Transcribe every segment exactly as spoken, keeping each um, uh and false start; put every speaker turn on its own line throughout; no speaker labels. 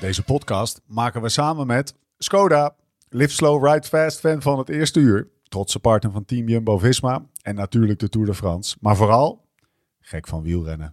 Deze podcast maken we samen met Skoda, Live Slow Ride Fast fan van het eerste uur, trotse partner van Team Jumbo-Visma en natuurlijk de Tour de France. Maar vooral gek van wielrennen.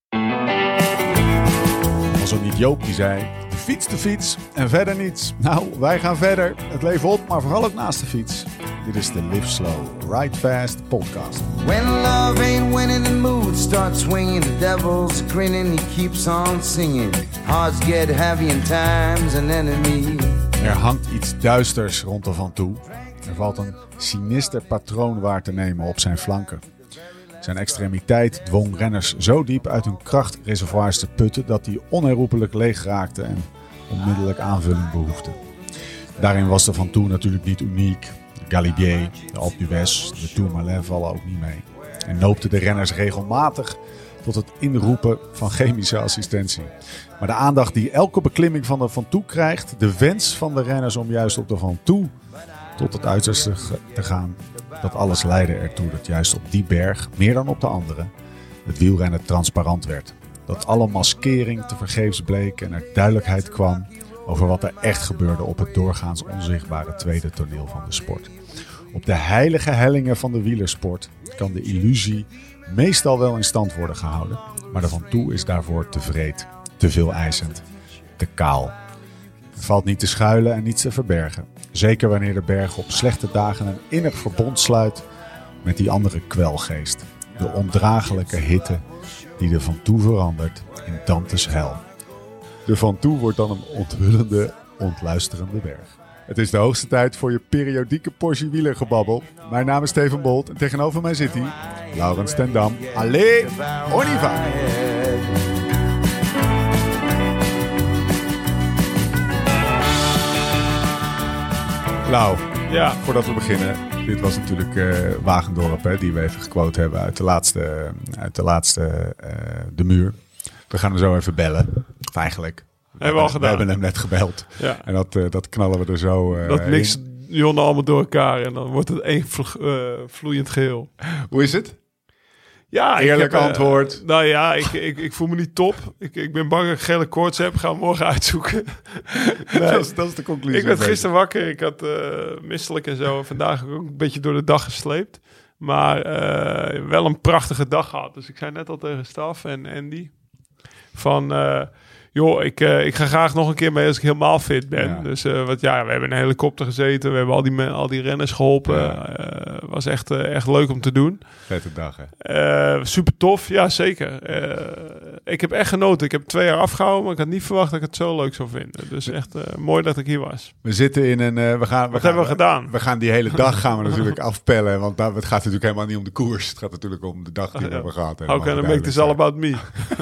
Was ook niet Joop die zei, de fiets, de fiets en verder niets. Nou, wij gaan verder. Het leven op, maar vooral ook naast de fiets. Dit is de Live Slow Ride Fast podcast. When love ain't winning, the mood starts swinging. The devil's grinning, he keeps on singing. Hearts get heavy in time's an enemy. Er hangt iets duisters rond de Van Toe. Er valt een sinister patroon waar te nemen op zijn flanken. Zijn extremiteit dwong renners zo diep uit hun krachtreservoirs te putten dat die onherroepelijk leeg raakte en onmiddellijk aanvulling behoefde. Daarin was de Van Toe natuurlijk niet uniek. De Galibier, de Alpe d'Huez, de Tourmalet vallen ook niet mee. En noopte de renners regelmatig tot het inroepen van chemische assistentie. Maar de aandacht die elke beklimming van de Van Toe krijgt, de wens van de renners om juist op de Van Toe tot het uiterste te gaan, dat alles leidde ertoe dat juist op die berg, meer dan op de andere, het wielrennen transparant werd. Dat alle maskering tevergeefs bleek en er duidelijkheid kwam over wat er echt gebeurde op het doorgaans onzichtbare tweede toneel van de sport. Op de heilige hellingen van de wielersport kan de illusie meestal wel in stand worden gehouden, maar de Van Toe is daarvoor te wreed, te veel eisend, te kaal. Er valt niet te schuilen en niets te verbergen. Zeker wanneer de berg op slechte dagen een innig verbond sluit met die andere kwelgeest. De ondraaglijke hitte die de Van Toe verandert in Dantes hel. De Van Toe wordt dan een onthullende, ontluisterende berg. Het is de hoogste tijd voor je periodieke portie wielergebabbel. Mijn naam is Steven Bolt en tegenover mij zit hij, Laurens ten Dam. Allez, on y va! Nou, ja, voordat we beginnen. Dit was natuurlijk uh, Wagendorp, hè, die we even gequote hebben uit de laatste, uit de, laatste uh, de muur. We gaan hem zo even bellen. Of eigenlijk. We hebben, we, we hebben hem net gebeld. Ja. En dat, uh, dat knallen we er zo uh,
Dat mixt Jon allemaal door elkaar en dan wordt het één vlo- uh, vloeiend geheel.
Hoe is het?
Ja,
eerlijk
heb,
antwoord.
Uh, nou ja, ik, ik, ik voel me niet top. Ik, ik ben bang dat ik gele koorts heb. Gaan we morgen uitzoeken.
Nee, dat, is, dat is de conclusie.
Ik werd gisteren wakker. Ik had uh, misselijk en zo. Vandaag ook een beetje door de dag gesleept. Maar uh, wel een prachtige dag gehad. Dus ik zei net al tegen Staf en Andy van Uh, joh, ik, uh, ik ga graag nog een keer mee als ik helemaal fit ben. Ja. Dus uh, wat, ja, we hebben in een helikopter gezeten. We hebben al die, al die renners geholpen. Ja. Uh, was echt, uh, echt leuk om te doen.
Vette dag, hè?
Uh, super tof, ja zeker. Uh, ik heb echt genoten. Ik heb twee jaar afgehouden, maar ik had niet verwacht dat ik het zo leuk zou vinden. Dus echt uh, mooi dat ik hier was.
We zitten in een... Uh, we gaan, we
wat
gaan,
hebben we gedaan?
We gaan die hele dag gaan we natuurlijk afpellen. Want daar, het gaat natuurlijk helemaal niet om de koers. Het gaat natuurlijk om de dag die oh, ja. we hebben gehad.
Oké, okay, dan ben ik dus all about me.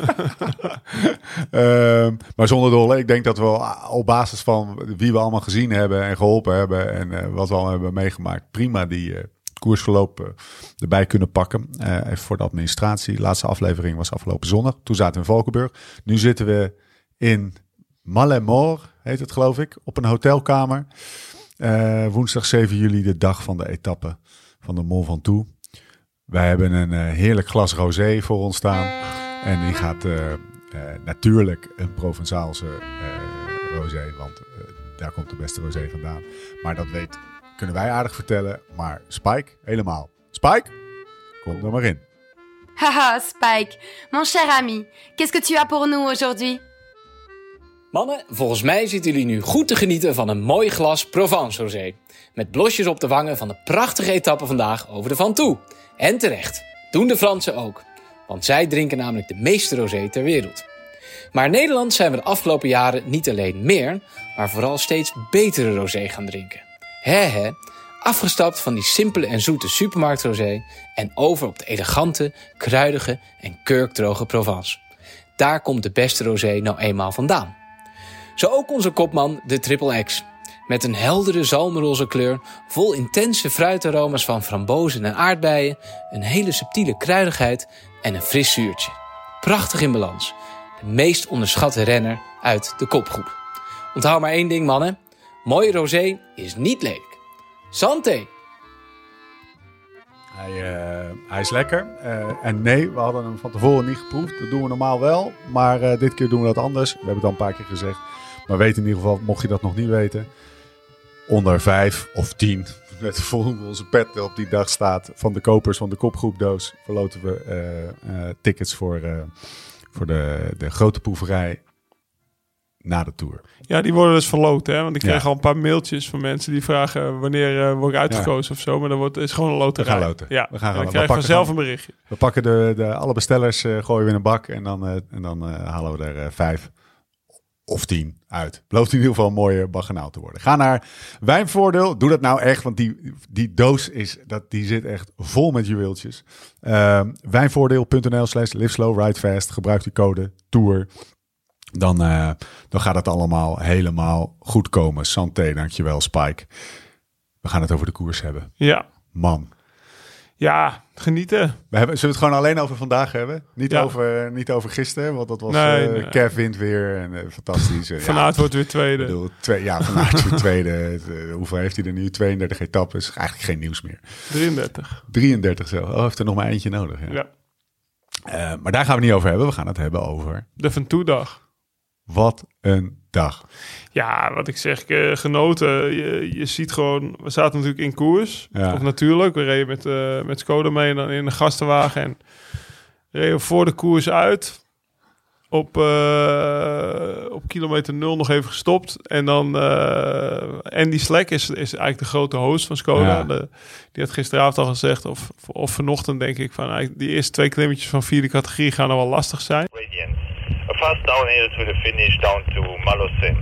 uh, Maar zonder dolle, ik denk dat we op basis van wie we allemaal gezien hebben en geholpen hebben en uh, wat we al hebben meegemaakt, prima die uh, koersverloop uh, erbij kunnen pakken. Uh, even voor de administratie. De laatste aflevering was afgelopen zondag. Toen zaten we in Valkenburg. Nu zitten we in Malemort, heet het geloof ik, op een hotelkamer. Uh, woensdag zeven juli, de dag van de etappe van de Mont Ventoux. Wij hebben een uh, heerlijk glas rosé voor ons staan. En die gaat Uh, Uh, natuurlijk een Provençaalse uh, rosé, want uh, daar komt de beste rosé vandaan. Maar dat weet, kunnen wij aardig vertellen, maar Spike helemaal. Spike, kom er maar in.
Haha, Spike, mon cher ami, qu'est-ce que tu as pour nous aujourd'hui?
Mannen, volgens mij zitten jullie nu goed te genieten van een mooi glas Provence rosé. Met blosjes op de wangen van de prachtige etappe vandaag over de Van Toe. En terecht, doen de Fransen ook. Want zij drinken namelijk de meeste rosé ter wereld. Maar in Nederland zijn we de afgelopen jaren niet alleen meer, maar vooral steeds betere rosé gaan drinken. Hè hè, afgestapt van die simpele en zoete supermarktrosé en over op de elegante, kruidige en kurkdroge Provence. Daar komt de beste rosé nou eenmaal vandaan. Zo ook onze kopman, de Triple X. Met een heldere zalmroze kleur, vol intense fruitaroma's van frambozen en aardbeien, een hele subtiele kruidigheid en een fris zuurtje. Prachtig in balans. De meest onderschatte renner uit de kopgroep. Onthoud maar één ding, mannen. Mooie rosé is niet lelijk. Santé!
Hij, uh, hij is lekker. Uh, en nee, we hadden hem van tevoren niet geproefd. Dat doen we normaal wel. Maar uh, dit keer doen we dat anders. We hebben het al een paar keer gezegd. Maar weet in ieder geval, mocht je dat nog niet weten, onder vijf of tien, met vol onze pet op die dag staat, van de kopers van de kopgroepdoos, verloten we uh, uh, tickets voor, uh, voor de, de grote proeverij na de tour.
Ja, die worden dus verloten, hè? Want ik kreeg
ja.
al een paar mailtjes van mensen die vragen wanneer uh, word ik uitgekozen ja. of zo. Maar dan wordt het is gewoon een loterij.
We gaan loten.
Ja,
we gaan
dan krijg je vanzelf een berichtje.
We pakken de, de alle bestellers, uh, gooien we in een bak en dan, uh, en dan uh, halen we er uh, vijf of tien uit. Belooft in ieder geval een mooie baganaal te worden. Ga naar Wijnvoordeel. Doe dat nou echt, want die, die doos is, dat, die zit echt vol met juweeltjes. Uh, wijnvoordeel.nl slash live slow, ride fast. Gebruik die code TOUR. Dan, uh, dan gaat het allemaal helemaal goed komen. Santé, dankjewel Spike. We gaan het over de koers hebben.
Ja.
Man.
Ja, genieten.
We hebben, zullen we het gewoon alleen over vandaag hebben? Niet,
ja.
over, niet over gisteren, want dat was
nee,
uh,
nee.
Kev wint weer en uh, fantastisch. Uh,
Van Aert
ja,
wordt weer tweede.
Bedoel, twee, ja, Van Aert weer tweede. Uh, hoeveel heeft hij er nu? tweeëndertig etappes. Eigenlijk geen nieuws meer.
drieëndertig.
drieëndertig zo. Oh, heeft er nog maar eentje nodig. Ja.
ja.
Uh, maar daar gaan we het niet over hebben. We gaan het hebben over...
De Van Toe-dag.
Wat een dag.
Ja, wat ik zeg, uh, genoten. Je, je ziet gewoon, we zaten natuurlijk in koers.
Ja.
Of natuurlijk, we reden met, uh, met Skoda mee en dan in een gastenwagen. En reden voor de koers uit. Op, uh, op kilometer nul nog even gestopt. En dan uh, Andy Slack is, is eigenlijk de grote host van Skoda.
Ja.
De, die had gisteravond al gezegd, of, of vanochtend denk ik, van die eerste twee klimmetjes van vierde categorie gaan nog wel lastig zijn.
A fast downhill to the finish down to Malocène.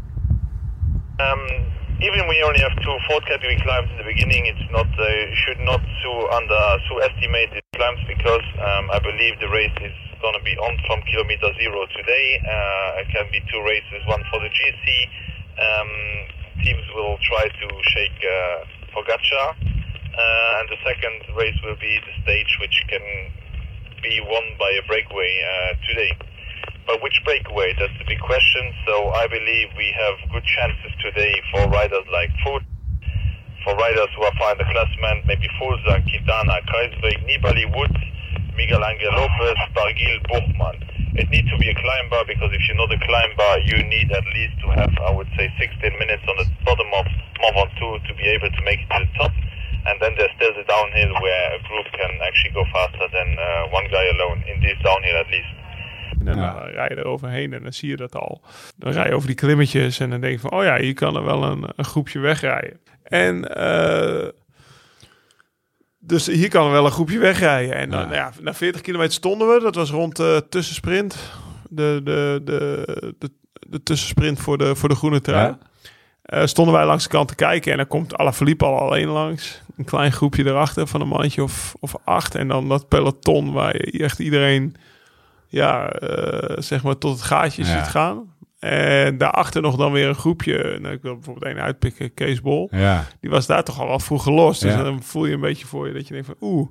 Um, even when you only have two fourth category climbs in the beginning, it's not uh, you should not so under so estimate the climbs because um, I believe the race is going to be on from kilometer zero today. Uh, it can be two races, one for the G C. Um, teams will try to shake uh, Pogacar, uh, and the second race will be the stage which can be won by a breakaway uh, today. But which breakaway? That's the big question. So I believe we have good chances today for riders like Foot, for riders who are far in the classement, maybe Fulza, Quintana, Kreisberg, Nibali, Wood, Miguel Angel Lopez, Barguil, Buchmann. It needs to be a climber because if you're not a climber, you need at least to have, I would say, sixteen minutes on the bottom of Mont Ventoux to be able to make it to the top. And then there's still the downhill where a group can actually go faster than uh, one guy alone, in this downhill at least.
En dan ja. rij je er overheen en dan zie je dat al. Dan rij je over die klimmetjes en dan denk je van... oh ja, hier kan er wel een, een groepje wegrijden. En uh, dus hier kan er wel een groepje wegrijden. En dan, ja. Ja, na veertig kilometer stonden we. Dat was rond de uh, tussensprint. De, de, de, de, de tussensprint voor de, voor de groene trui. Ja. Uh, stonden wij langs de kant te kijken. En dan komt Alaphilippe al alleen langs. Een klein groepje erachter van een mannetje of, of acht. En dan dat peloton waar je echt iedereen... ja, uh, zeg maar tot het gaatje ja. ziet gaan. En daarachter nog dan weer een groepje. Nou, ik wil bijvoorbeeld één uitpikken, Kees Bol.
Ja. Die
was daar toch al wel vroeg gelost. Dus
ja.
dan voel je een beetje voor je dat je denkt van oeh.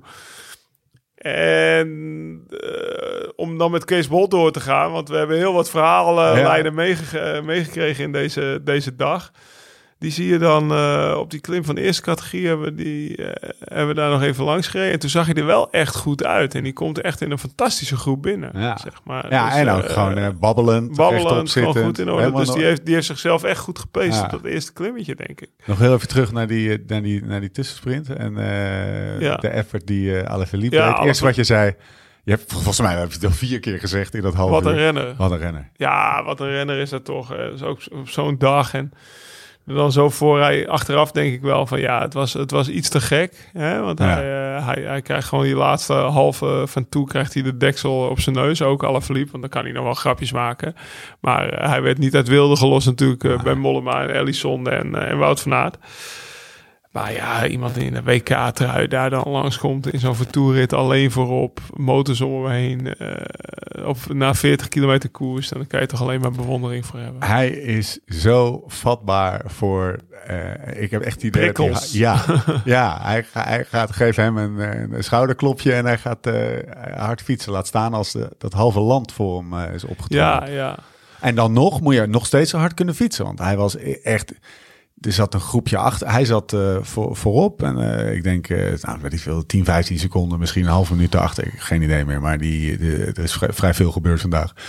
En uh, om dan met Kees Bol door te gaan. Want we hebben heel wat verhaallijnen ja. meege- meegekregen in deze, deze dag. Die zie je dan uh, op die klim van de eerste categorie hebben, die, uh, hebben we daar nog even langs gereden. En toen zag hij er wel echt goed uit. En die komt echt in een fantastische groep binnen.
Ja,
zeg maar.
ja dus, en ook uh, gewoon uh, babbelend,
babbelend gewoon goed in orde. Dus
nog...
die heeft, die heeft zichzelf echt goed gepaced
ja.
op dat eerste klimmetje, denk ik.
Nog heel even terug naar die, naar die, naar die tussensprint. En uh, ja. de effort die uh, Alaphilippe
ja,
deed. Het eerste wat je zei... Je hebt volgens mij heb je het al vier keer gezegd in dat half
Wat
uur.
een renner.
Wat een renner.
Ja, wat een renner is dat toch. Dat is ook op zo'n dag en... dan zo voor hij achteraf denk ik wel van ja, het was, het was iets te gek. Hè? Want ja. hij, uh, hij, hij krijgt gewoon die laatste halve van toe, krijgt hij de deksel op zijn neus. Ook Alaphilippe, want dan kan hij nog wel grapjes maken. Maar uh, hij werd niet uit wilde gelost natuurlijk uh, bij Mollema en Ellison en, uh, en Wout van Aert. Maar ja, iemand die in de W K-trui daar dan langskomt in zo'n vertoerrit alleen voorop, motors om hem heen, uh, op, na veertig kilometer koers, dan kan je toch alleen maar bewondering voor hebben.
Hij is zo vatbaar voor, uh, ik heb echt die idee
prikkels.
Dat hij, ja, ja hij, hij gaat geven hem een, een schouderklopje en hij gaat uh, hard fietsen. Laat staan als de, dat halve land voor hem uh, is opgetrokken.
Ja, ja.
En dan nog moet je nog steeds zo hard kunnen fietsen, want hij was echt... Er zat een groepje achter. Hij zat uh, voor, voorop. En uh, ik denk, uh, nou, weet ik veel, tien, vijftien seconden, misschien een half minuut erachter. Geen idee meer. Maar die, de, er is vrij, vrij veel gebeurd vandaag.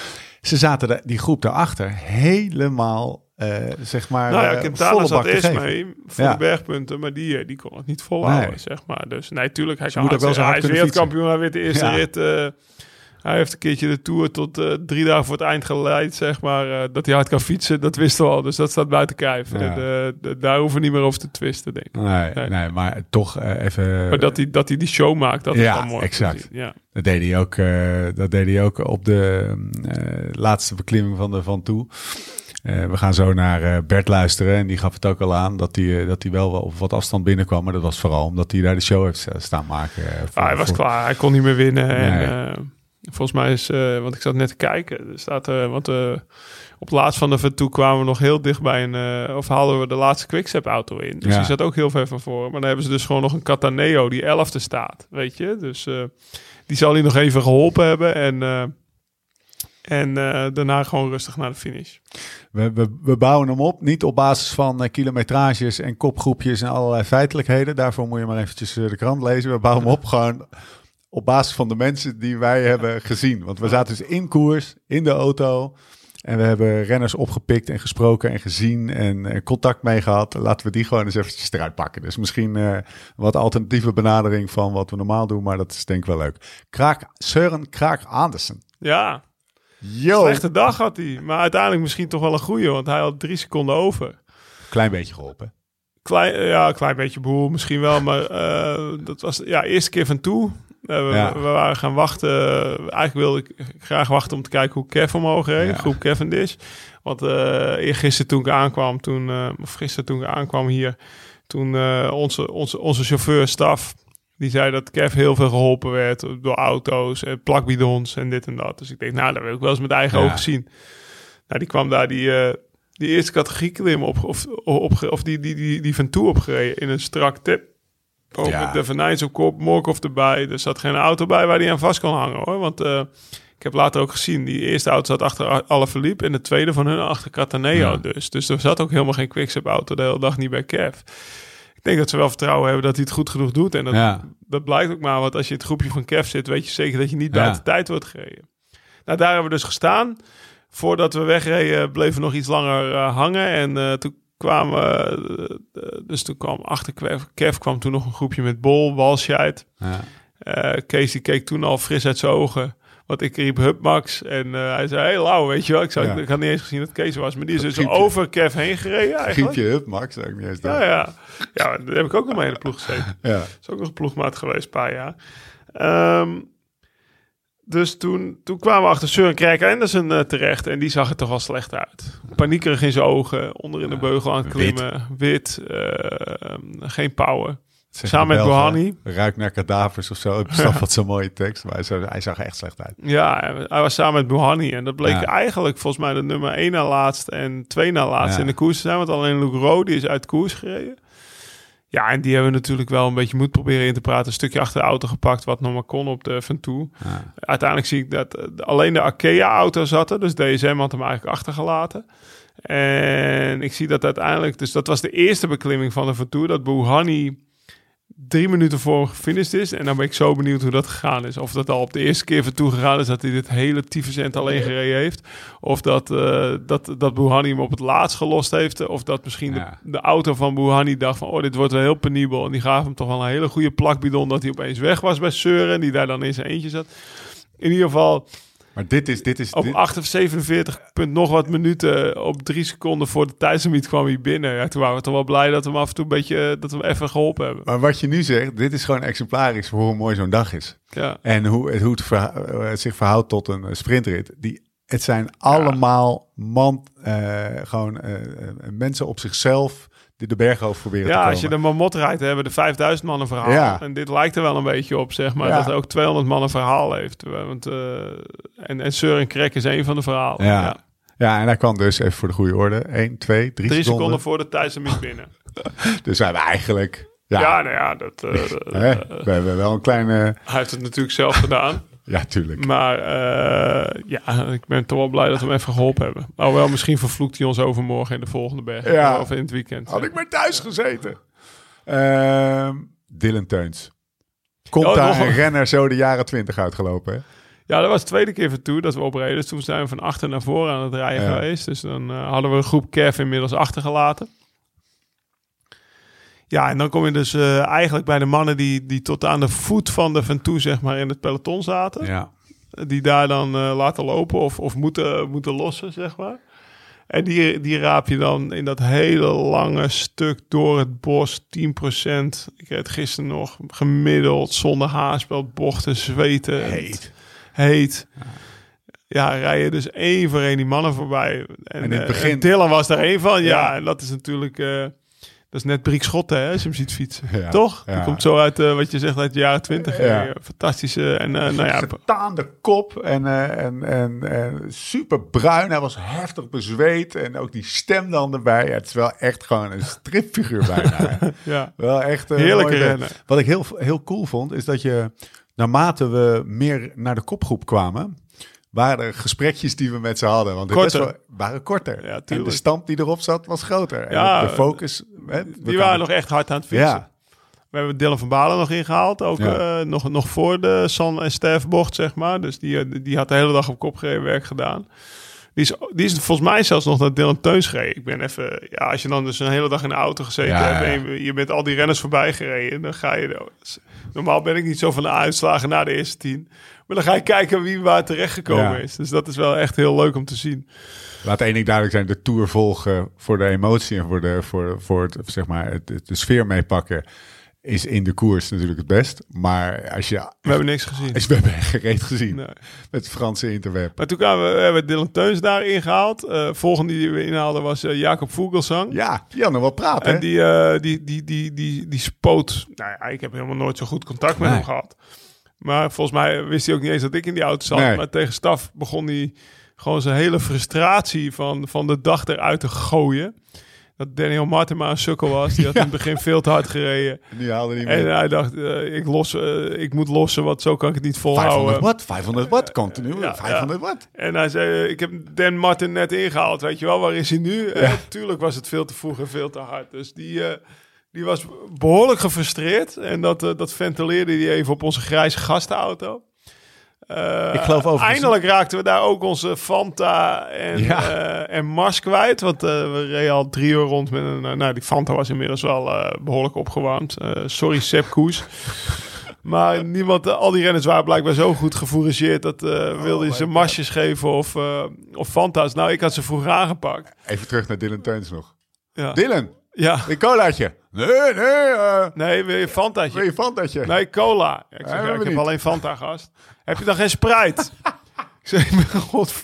ze zaten de, die groep daarachter helemaal... Uh, zeg maar,
nou ja, Quintana zat eerst
gegeven.
mee voor ja. de bergpunten, maar die, die kon het niet volhouden, nee. zeg maar. Dus nee, tuurlijk, hij, kan
moet ook wel
hij is wereldkampioen, hij weet de eerste
ja.
rit. Uh, hij heeft een keertje de Tour tot uh, drie dagen voor het eind geleid, zeg maar. Uh, dat hij hard kan fietsen, dat wisten we al. Dus dat staat buiten kijf. Ja. En, uh, de, daar hoeven we niet meer over te twisten, denk ik.
Nee, nee. nee maar toch uh, even...
Maar dat hij, dat hij die show maakt, dat
ja,
is wel mooi.
Exact.
Ja,
dat deed hij ook, uh, dat deed hij ook op de uh, laatste beklimming van de Van Toe. Uh, we gaan zo naar uh, Bert luisteren. En die gaf het ook al aan dat hij, uh, dat hij wel op wat afstand binnenkwam. Maar dat was vooral omdat hij daar de show heeft staan maken. Uh, voor,
ah, hij was
voor... klaar.
Hij kon niet meer winnen.
Nee.
En, uh, volgens mij is... Uh, want ik zat net te kijken. Er staat... Uh, want uh, op het laatst van de Van Toe kwamen we nog heel dicht bij een... Uh, of haalden we de laatste Quickstep auto in. Dus ja. die zat ook heel ver van voren. Maar dan hebben ze dus gewoon nog een Cataneo die elfde staat. Weet je? Dus uh, die zal hij nog even geholpen hebben. En... Uh, En uh, daarna gewoon rustig naar de finish.
We, we, we bouwen hem op. Niet op basis van uh, kilometrages en kopgroepjes en allerlei feitelijkheden. Daarvoor moet je maar eventjes uh, de krant lezen. We bouwen hem op gewoon op basis van de mensen die wij hebben gezien. Want we zaten dus in koers, in de auto. En we hebben renners opgepikt en gesproken en gezien en uh, contact mee gehad. Laten we die gewoon eens eventjes eruit pakken. Dus misschien uh, wat alternatieve benadering van wat we normaal doen. Maar dat is denk ik wel leuk. Kraak, Søren Kragh Andersen.
Ja.
Yo.
Slechte dag had hij, maar uiteindelijk misschien toch wel een goeie, want hij had drie seconden over.
Klein beetje geholpen.
Klein, ja, een klein beetje boel misschien wel, maar uh, dat was ja eerste keer Van Toe. Uh, we, ja. we waren gaan wachten. Eigenlijk wilde ik graag wachten om te kijken hoe Kev omhoog reed, ja. groep Cavendish. Want uh, eergisteren toen ik aankwam, toen, uh, of gisteren toen ik aankwam hier, toen uh, onze, onze, onze chauffeur staf. Die zei dat Kev heel veel geholpen werd door auto's en plakbidons en dit en dat. Dus ik denk, nou, dat wil ik wel eens met eigen ja. ogen zien. Nou, die kwam daar die, uh, die eerste categorie klim op, of, op, of die, die, die, die Van Toe opgereden in een strak tip. Ook ja. met de Van Nijns op kop, Morkov erbij. Er zat geen auto bij waar die aan vast kon hangen, hoor. Want uh, ik heb later ook gezien, die eerste auto zat achter Alaphilippe en de tweede van hun achter Cataneo. Ja. Dus. dus er zat ook helemaal geen Quickstep auto de hele dag niet bij Kev. Ik denk dat ze wel vertrouwen hebben dat hij het goed genoeg doet. En dat, ja. dat blijkt ook maar. Want als je in het groepje van Kev zit, weet je zeker dat je niet buiten ja. tijd wordt gereden. Nou, daar hebben we dus gestaan. Voordat we wegreden, bleven we nog iets langer uh, hangen. En uh, toen kwamen... Uh, uh, dus toen kwam achter Kev, Kev kwam toen nog een groepje met Bol, Walscheid. Ja. Uh, Kees die keek toen al fris uit zijn ogen. Want ik riep Hup Max. En uh, hij zei, hey Lau, weet je wel. Ik, zou, ja. ik had niet eens gezien dat Kees was. Maar die is dus griepje. over Kev heen gereden eigenlijk.
Griepje Hup Max, zou ik niet eens doen.
Ja, ja. Ja, daar heb ik ook nog mee in de ploeg gezeten. Ja. Dat is ook nog een ploegmaat geweest, een paar jaar. Um, dus toen, toen kwamen we achter Søren Kragh Andersen uh, terecht. En die zag er toch wel slecht uit. Paniekerig in zijn ogen. Onder in de beugel aan het klimmen. Wit. wit uh, geen power. Samen met Bouhanni.
Ruikt naar kadavers of zo. Ik snap wat zo'n mooie tekst. Maar hij zag, hij zag er echt slecht uit.
Ja, hij was samen met Bouhanni. En dat bleek ja. eigenlijk volgens mij de nummer één na laatst en twee na laatst ja. in de koers te zijn. Want alleen Luke Rowe, die is uit koers gereden. Ja, en die hebben we natuurlijk wel een beetje moed proberen in te praten. Een stukje achter de auto gepakt, wat nog maar kon op de Van Toe. Ja. Uiteindelijk zie ik dat uh, alleen de Arkea-auto zat er. Dus D S M had hem eigenlijk achtergelaten. En ik zie dat uiteindelijk... Dus dat was de eerste beklimming van de Van Toe. Dat Bouhanni drie minuten voor hem gefinished is. En dan ben ik zo benieuwd hoe dat gegaan is. Of dat al op de eerste keer Van Toe gegaan is... dat hij dit hele tyfusend alleen gereden heeft. Of dat, uh, dat, dat Bouhanni hem op het laatst gelost heeft. Of dat misschien ja. de, de auto van Bouhanni dacht van... oh, dit wordt wel heel penibel. En die gaf hem toch wel een hele goede plakbidon... dat hij opeens weg was bij Søren. Die daar dan in zijn eentje zat. In ieder geval...
Maar dit is... Dit is
op
dit...
acht of zevenenveertig punt nog wat minuten... op drie seconden voor de tijdslimiet kwam hij binnen. Ja, toen waren we toch wel blij dat we hem af en toe een beetje... dat we hem even geholpen hebben.
Maar wat je nu zegt, dit is gewoon exemplarisch... voor hoe mooi zo'n dag is.
Ja.
En hoe het, hoe het, verha- het zich verhoudt tot een sprintrit. Die, het zijn allemaal man... Uh, gewoon uh, mensen op zichzelf... die de berg over proberen
ja,
te komen.
Ja, als je de Marmot rijdt, hebben we de vijfduizend man een verhaal. Ja. En dit lijkt er wel een beetje op, zeg maar. Ja. Dat er ook tweehonderd man een verhaal heeft. Want, uh, en, en Søren Kragh is één van de verhalen.
Ja. Ja. ja, en hij kwam dus, even voor de goede orde... één, twee, drie, drie seconden.
seconden voor de tijdslimiet binnen.
Dus we hebben eigenlijk...
Ja, ja nou ja, dat... Uh,
Hè? We hebben wel een kleine...
Hij heeft het natuurlijk zelf gedaan.
Ja, tuurlijk.
Maar uh, ja, ik ben toch wel blij dat we hem even geholpen hebben. Alhoewel, misschien vervloekt hij ons overmorgen in de volgende berg.
Ja.
Of in het weekend.
Had ik maar thuis gezeten. Uh, Dylan Teuns. Komt
oh,
daar
nog
een renner zo de jaren twintig uitgelopen, hè?
Ja, dat was de tweede keer van toe dat we opreden. Dus toen zijn we van achter naar voren aan het rijden ja. geweest. Dus dan uh, hadden we een groep Kev inmiddels achtergelaten. Ja, en dan kom je dus uh, eigenlijk bij de mannen die, die tot aan de voet van de Van Toe, zeg maar, in het peloton zaten.
Ja.
Die daar dan uh, laten lopen of, of moeten, moeten lossen, zeg maar. En die, die raap je dan in dat hele lange stuk door het bos, tien procent. Ik heb het gisteren nog gemiddeld, zonder haarspel, bochten, zweten.
Heet.
Heet. Ja. Ja, rijden dus één voor één die mannen voorbij. En,
en in het begin...
en Dylan was daar één van. Ja,
ja,
en dat is natuurlijk... Uh, dat is net Briek Schotten, hè, als je hem ziet fietsen. Ja, toch?
Ja.
Die komt zo uit, uh, wat je zegt, uit de jaren twintig.
Ja.
Uh, fantastische... En, uh, nou ja,
getaande kop en, uh, en, en, en super bruin. Hij was heftig bezweet. En ook die stem dan erbij. Ja, het is wel echt gewoon een stripfiguur bijna.
ja.
Wel echt... Uh,
Heerlijke rennen.
Wat ik heel, heel cool vond, is dat je... Naarmate we meer naar de kopgroep kwamen... waren er gesprekjes die we met ze hadden. Want
korter.
Wel, waren korter.
Ja,
en de stamp die erop zat was groter.
Ja,
en de focus... Hè,
die waren nog echt hard aan het fietsen.
Ja.
We hebben Dylan van Balen nog ingehaald. Ook ja. uh, nog, nog voor de San en Stef bocht, zeg maar. Dus die, die had de hele dag op kop gereden werk gedaan. Die is, die is volgens mij zelfs nog naar Dylan Teuns gereden. Ik ben even... Ja, als je dan dus een hele dag in de auto gezeten
ja,
hebt...
Ja.
en je, je bent al die renners voorbij gereden... dan ga je... Normaal ben ik niet zo van de uitslagen na de eerste tien... Maar dan ga je kijken wie waar terechtgekomen ja. is. Dus dat is wel echt heel leuk om te zien.
Laat één ding duidelijk zijn. De Tour volgen voor de emotie en voor de, voor, voor het, zeg maar, het, het, de sfeer meepakken... is in de koers natuurlijk het best. Maar als je...
We hebben niks gezien.
Is, we hebben gereed gezien. Nee. Met het Franse interweb.
Maar toen kwamen we, we hebben Dylan Teuns daar ingehaald. Uh, volgende die we inhaalden was uh, Jacob Vogelsang.
Ja, die had nog wel praten.
En die, uh, die, die, die, die, die spoot... Nou ja, ik heb helemaal nooit zo goed contact met nee. hem gehad. Maar volgens mij wist hij ook niet eens dat ik in die auto zat. Nee. Maar tegen staf begon hij gewoon zijn hele frustratie van, van de dag eruit te gooien. Dat Daniel Martin maar een sukkel was. Die had ja. in het begin veel te hard gereden.
En die haalde niet meer.
En hij dacht, uh, ik, los, uh, ik moet lossen, want zo kan ik het niet volhouden.
vijfhonderd watt, vijfhonderd watt, continu. Ja, vijfhonderd
ja.
watt.
En hij zei, ik heb Dan Martin net ingehaald. Weet je wel, waar is hij nu? Ja. En natuurlijk was het veel te vroeg en veel te hard. Dus die... Uh, Die was behoorlijk gefrustreerd. En dat, uh, dat ventileerde hij even op onze grijze gastenauto. Uh,
ik geloof overigens...
Eindelijk raakten we daar ook onze Fanta en, ja. uh, en Mars kwijt. Want uh, we reden al drie uur rond met een... Uh, nou, die Fanta was inmiddels wel uh, behoorlijk opgewarmd. Uh, sorry, Sepp Koes. Maar niemand, uh, al die renners waren blijkbaar zo goed gefourageerd... dat uh, wilde oh, ze Marsjes geven of, uh, of Fanta's. Nou, ik had ze vroeger aangepakt.
Even terug naar Dylan Teuns nog.
Ja.
Dylan,
ja.
een colaatje. Nee, nee. Uh,
nee, wil je Fantaatje?
Wil je Fantaatje?
Nee, cola. Ik, zeg, ja, ja, ik heb alleen Fanta, gast. Heb je dan geen Sprite? Ik zeg, god,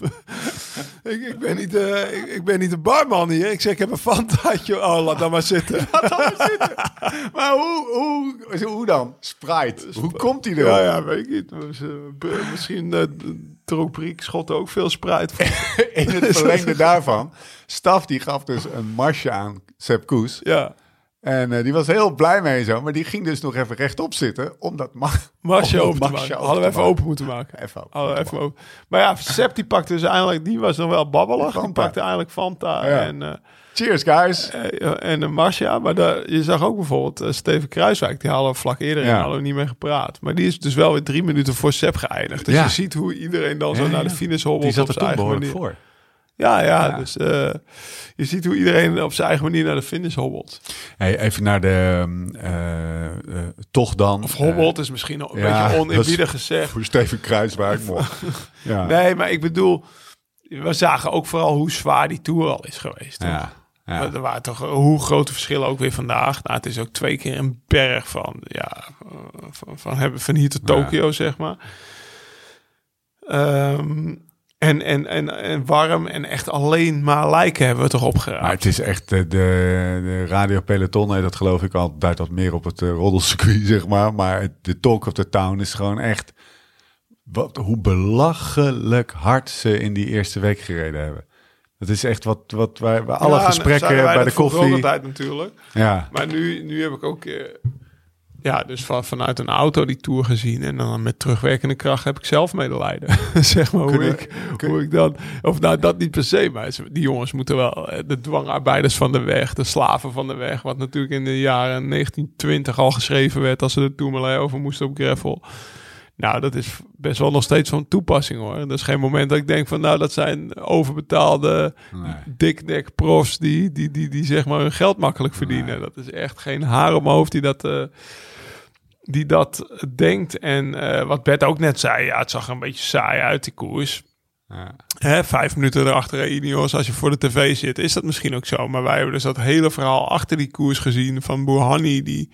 ik, ik, ben niet, uh, ik, ik ben niet de barman hier. Ik zeg, ik heb een Fantaatje. Oh, laat dan maar zitten.
Laat dan maar zitten. Maar hoe, hoe, hoe dan? Sprite. Sp- hoe komt hij er?
Ja, ja, weet ik niet. Misschien uh, trok Briek Schotten ook veel Sprite.
In het verlengde daarvan. Staf die gaf dus een marsje aan Sepp Koes.
Ja.
En uh, die was heel blij mee zo. Maar die ging dus nog even rechtop zitten. Om dat ma-
marsje open te maken. Hadden we even open moeten maken.
Even open.
Hadden we even open. Maar ja, Sepp die pakte dus eigenlijk... Die was nog wel babbelig. Fanta. Die pakte eigenlijk Fanta. Ja. En, uh,
cheers, guys.
Uh, en een Marcia. Maar daar, je zag ook bijvoorbeeld uh, Steven Kruiswijk. Die hadden we vlak eerder in. Ja. Hadden we niet meer gepraat. Maar die is dus wel weer drie minuten voor Sepp geëindigd. Dus ja. je ziet hoe iedereen dan zo ja, naar de finish hobbelt.
Die zat er
op zijn
toen
eigen
behoorlijk
manier.
voor.
Ja, ja, ja. Dus uh, je ziet hoe iedereen op zijn eigen manier naar de finish hobbelt.
Hey, even naar de uh, uh, toch dan.
Of hobbelt uh, is misschien een ja, beetje oneerbiedig gezegd.
Voor Steven Kruiswijk.
ja. Nee, maar ik bedoel, we zagen ook vooral hoe zwaar die Tour al is geweest.
Ja, ja.
Er waren toch hoe grote verschillen ook weer vandaag. Nou, het is ook twee keer een berg van, ja, van, van, van, van hier tot Tokio, ja. zeg maar. Um, En, en, en, en warm en echt alleen maar lijken hebben we toch opgeraakt.
Maar het is echt, de, de Radio Peloton heeft dat geloof ik al duidt wat meer op het uh, roddelcircuit, zeg maar. Maar de talk of the town is gewoon echt, wat, hoe belachelijk hard ze in die eerste week gereden hebben. Dat is echt wat, wat wij, bij alle ja, gesprekken bij de koffie.
Tijd natuurlijk.
Ja.
Maar nu, nu heb ik ook... Uh, Ja, dus van, vanuit een auto die Tour gezien. En dan met terugwerkende kracht heb ik zelf medelijden. zeg maar, hoe ik, hoe ik dan... Of nou, dat niet per se, maar die jongens moeten wel... De dwangarbeiders van de weg, de slaven van de weg... wat natuurlijk in de jaren negentien twintig al geschreven werd... als ze de Tourmalet over moesten op gravel... Nou, dat is best wel nog steeds van toepassing hoor. Dat is geen moment dat ik denk van nou, dat zijn overbetaalde nee. diknek profs die, die, die, die zeg maar hun geld makkelijk verdienen. Nee. Dat is echt geen haar om mijn hoofd die dat, uh, die dat denkt. En uh, wat Bert ook net zei, ja, het zag er een beetje saai uit die koers. Ja. Hè, vijf minuten erachter Ineos, als je voor de tv zit, is dat misschien ook zo. Maar wij hebben dus dat hele verhaal achter die koers gezien van Bouhanni die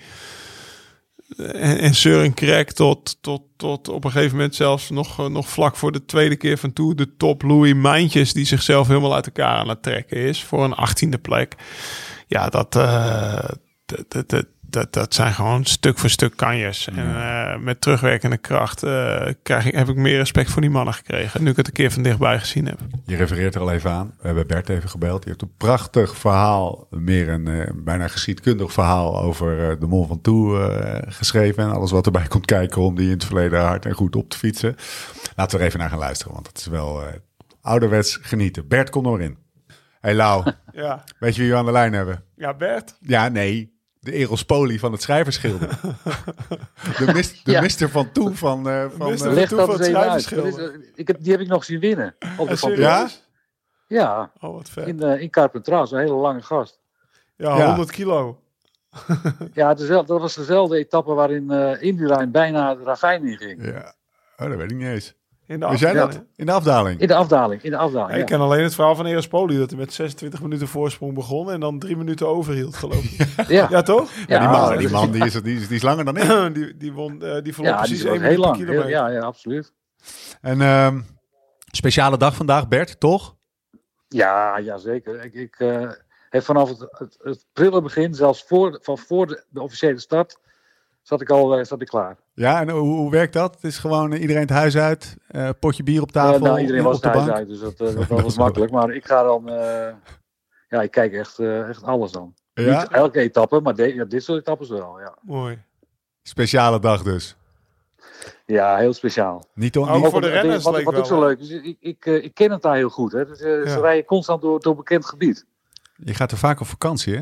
en, en Søren Krek tot, tot, tot op een gegeven moment zelfs nog, nog vlak voor de tweede keer van toe de top Louis Mijntjes die zichzelf helemaal uit elkaar aan het trekken is voor een achttiende plek. Ja, dat, uh, dat, dat, dat, dat, dat zijn gewoon stuk voor stuk kanjers. Ja. En uh, met terugwerkende kracht uh, krijg ik, heb ik meer respect voor die mannen gekregen. Nu ik het een keer van dichtbij gezien heb.
Je refereert er al even aan. We hebben Bert even gebeld. Je hebt een prachtig verhaal, meer een uh, bijna geschiedkundig verhaal over uh, de Mont Ventoux uh, geschreven. En alles wat erbij komt kijken om die in het verleden hard en goed op te fietsen. Laten we er even naar gaan luisteren, want het is wel uh, ouderwets genieten. Bert, kom er maar in. Hey Lau, ja. Weet je wie we aan de lijn hebben?
Ja, Bert.
Ja, nee. De Eros Poli van het schrijversschilder. De, mis, de ja. mister Van Toe van, uh, van,
uh, Leg dat eens even uit. Is, uh, ik heb, die heb ik nog zien winnen. Op de Van Toe.
Ja?
Ja.
Oh, wat vet.
In, uh, in Carpentras, een hele lange gast.
Ja, ja. honderd kilo.
Ja, dezelfde, dat was dezelfde etappe waarin uh, Indurain bijna de ravijn in ging.
Ja, oh, dat weet ik niet eens.
In de, afdaling.
Ja. in de afdaling?
In de afdaling, in de afdaling,
ja,
ja.
Ik ken alleen het verhaal van Eros Poli, dat hij met zesentwintig minuten voorsprong begon en dan drie minuten overhield, geloof ik.
Ja,
ja toch?
Ja, ja, die man, die, man die, is, die, is, die is langer dan ik.
die, die, won, uh, die verloor
ja,
precies
die
één
heel lang.
kilometer.
Heel, ja, ja, absoluut.
En uh, speciale dag vandaag, Bert, toch?
Ja, ja zeker. Ik, ik uh, heb vanaf het, het, het prille begin, zelfs voor, van voor de, de officiële start, zat ik al uh, zat ik klaar.
Ja, en hoe, hoe werkt dat? Het is gewoon uh, iedereen het huis uit, uh, potje bier op tafel,
uh, nou, iedereen was
op
het
de
huis
bank.
uit, dus dat, uh, dat, dat was makkelijk. Maar ik ga dan, uh, ja, ik kijk echt, uh, echt alles dan.
Ja?
Niet elke etappe, maar de, ja, dit soort etappes wel, ja.
Mooi.
Speciale dag dus.
Ja, heel speciaal.
Niet om,
ook
niet
voor de renners.
Wat, wat ook zo leuk is, ik, ik, ik ken het daar heel goed. Hè. Dus, uh, ja. Ze rijden constant door, door bekend gebied.
Je gaat er vaak op vakantie, hè?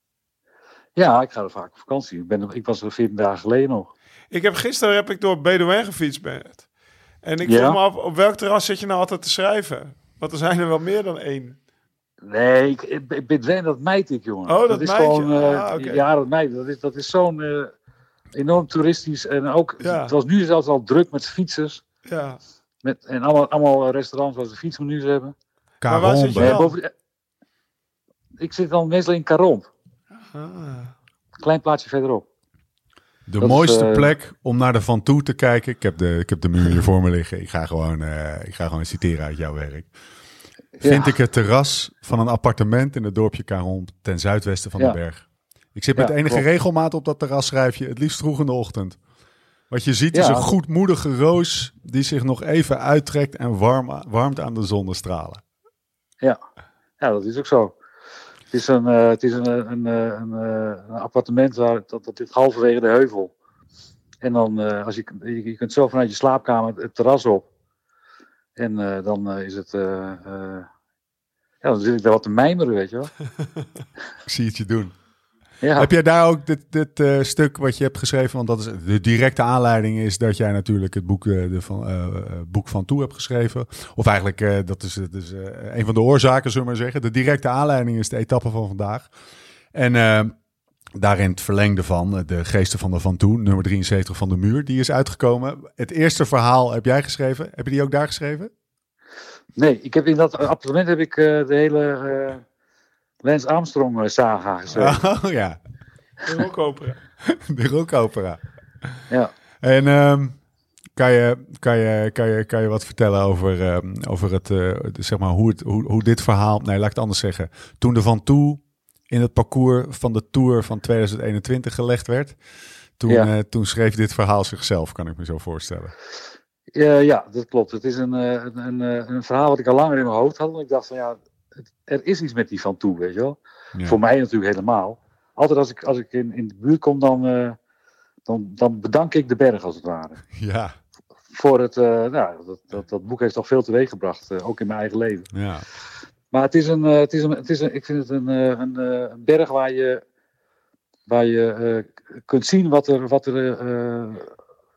Ja, ik ga er vaak op vakantie. Ik, ben, ik was er veertien dagen geleden nog.
Ik heb gisteren heb ik door Bedouin gefietst, Bert. En ik
ja?
vroeg me af, op welk terras zit je nou altijd te schrijven? Want er zijn er wel meer dan één.
Nee, ik, ik ben dat meid ik, jongen.
Oh, dat,
dat is
meidje.
gewoon, uh,
ah, okay.
Ja, dat meid. Dat is, dat is zo'n uh, enorm toeristisch. En ook, ja. Het was nu zelfs al druk met fietsers.
Ja.
Met, en allemaal, allemaal restaurants waar ze fietsmenu's hebben.
Maar waar zit je dan?
Boven, ik zit dan meestal in Carombe.
Ah.
Klein plaatsje verderop.
De dat mooiste is, uh, plek om naar de Van Toe te kijken. Ik heb de, ik heb de muur hier voor me liggen. Ik ga gewoon, uh, ik ga gewoon citeren uit jouw werk. Vind ja. ik het terras van een appartement in het dorpje Carombe ten zuidwesten van ja. de berg. Ik zit met ja, enige klopt. regelmaat op dat terras, schrijf je. Het liefst vroeg in de ochtend. Wat je ziet ja. is een goedmoedige roos die zich nog even uittrekt en warm, warmt aan de zonnestralen.
Ja. ja, dat is ook zo. Het is een, uh, het is een, een, een, een, een appartement waar dat, dat dit halverwege de heuvel. En dan, uh, als je, je, je kunt zo vanuit je slaapkamer het terras op. En uh, dan uh, is het, uh, uh, ja, dan zit ik daar wat te mijmeren, weet je wel.
Ik zie het je doen.
Ja.
Heb jij daar ook dit, dit uh, stuk wat je hebt geschreven, want dat is de directe aanleiding is dat jij natuurlijk het boek, uh, de van, uh, boek Van Toe hebt geschreven. Of eigenlijk, uh, dat is, dat is uh, een van de oorzaken, zullen we maar zeggen. De directe aanleiding is de etappe van vandaag. En uh, daarin het verlengde van de Geesten van de Van Toe, nummer drieënzeventig van de Muur, die is uitgekomen. Het eerste verhaal heb jij geschreven. Heb je die ook daar geschreven?
Nee, ik heb in dat appartement heb ik uh, de hele uh, Lance Armstrong uh, saga geschreven.
Oh ja.
De rockopera.
De rockopera.
Ja.
En um, kan, je, kan, je, kan, je, kan je wat vertellen over, um, over het, uh, zeg maar hoe, het, hoe, hoe dit verhaal, nee, laat ik het anders zeggen. Toen de Van Toe in het parcours van de Tour van tweeduizend eenentwintig gelegd werd, toen, ja. uh, toen schreef dit verhaal zichzelf, kan ik me zo voorstellen.
Uh, ja, dat klopt. Het is een, uh, een, een, een verhaal wat ik al langer in mijn hoofd had. Want ik dacht van ja, het, er is iets met die Van Toe, weet je wel. Ja. Voor mij natuurlijk helemaal. Altijd als ik, als ik in, in de buurt kom, dan, uh, dan, dan bedank ik de berg als het ware.
Ja.
Voor het, uh, nou, dat, dat, dat boek heeft toch veel teweeg gebracht, uh, ook in mijn eigen leven.
Ja.
Maar het is een, uh, het is een, het is een ik vind het een, uh, een, uh, een berg waar je, waar je uh, kunt zien wat er, wat er uh,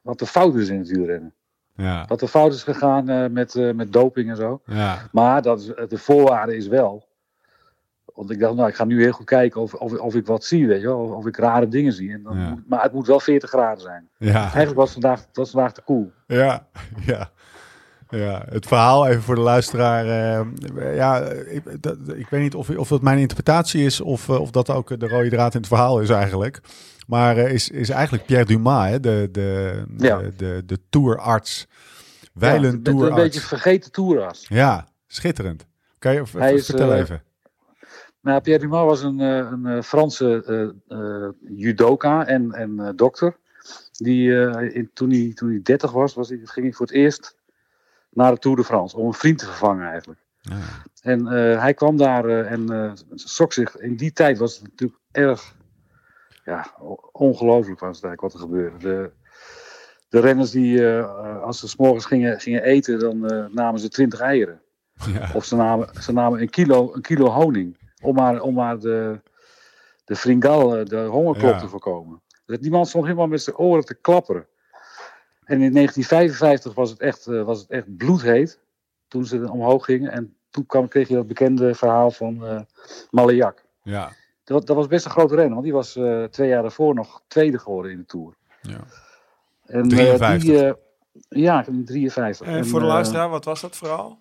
wat er fout is in het wielrennen.
Ja.
Wat er fout is gegaan uh, met, uh, met doping en zo.
Ja.
Maar dat is, de voorwaarde is wel. Want ik dacht, nou, ik ga nu heel goed kijken of, of, of ik wat zie, weet je wel. Of, of ik rare dingen zie. En dan
Ja.
moet, maar het moet wel veertig graden zijn.
Ja.
Eigenlijk was het vandaag, was vandaag te koel.
Ja, ja. Ja, het verhaal even voor de luisteraar. Uh, ja, ik, dat, ik weet niet of, of dat mijn interpretatie is of, uh, of dat ook de rode draad in het verhaal is eigenlijk. Maar uh, is, is eigenlijk Pierre Dumas, hè, de, de,
Ja.
de, de, de tourarts. Wijlen
ja,
tourarts.
Een beetje vergeten tourarts.
Ja, schitterend. Kan je v-
Hij is,
vertel
uh,
even.
Nou, Pierre Dumas was een, uh, een uh, Franse uh, uh, judoka en, en uh, dokter. Die, uh, in, toen, hij, toen hij dertig was, was hij, ging hij voor het eerst naar de Tour de France. Om een vriend te vervangen eigenlijk.
Ja.
En uh, hij kwam daar uh, en uh, schrok zich. In die tijd was het natuurlijk erg ja, ongelooflijk was het eigenlijk wat er gebeurde. De, de renners die, uh, als ze 's morgens gingen, gingen eten, dan uh, namen ze twintig eieren.
Ja.
Of ze namen, ze namen een, kilo, een kilo honing. Om maar, om maar de, de fringal, de hongerklop
Ja.
te voorkomen. Dus die man stond helemaal met zijn oren te klapperen. En in negentien vijfenvijftig was het echt, uh, was het echt bloedheet. Toen ze omhoog gingen. En toen kwam, kreeg je dat bekende verhaal van uh, Maléac.
Ja.
Dat, dat was best een grote renner. Want die was uh, twee jaar daarvoor nog tweede geworden in de Tour.
Ja.
En, uh,
drieënvijftig.
Die, uh, ja, in drieënvijftig.
En voor de
uh,
luisteraar, wat was dat verhaal?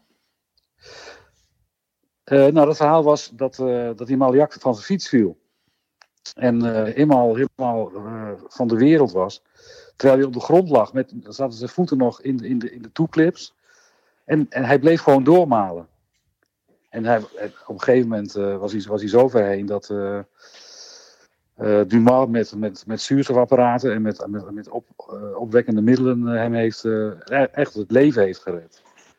Uh, nou, dat verhaal was dat, uh, dat die Maléac van zijn fiets viel. En uh, helemaal, helemaal uh, van de wereld was. Terwijl hij op de grond lag. Met, dan zaten zijn voeten nog in de, in de, in de toeclips. En, en hij bleef gewoon doormalen. En hij, op een gegeven moment uh, was, hij, was hij zo ver heen dat uh, uh, Dumas met, met, met zuurstofapparaten en met, met, met op, uh, opwekkende middelen uh, hem heeft, uh, echt het leven heeft gered.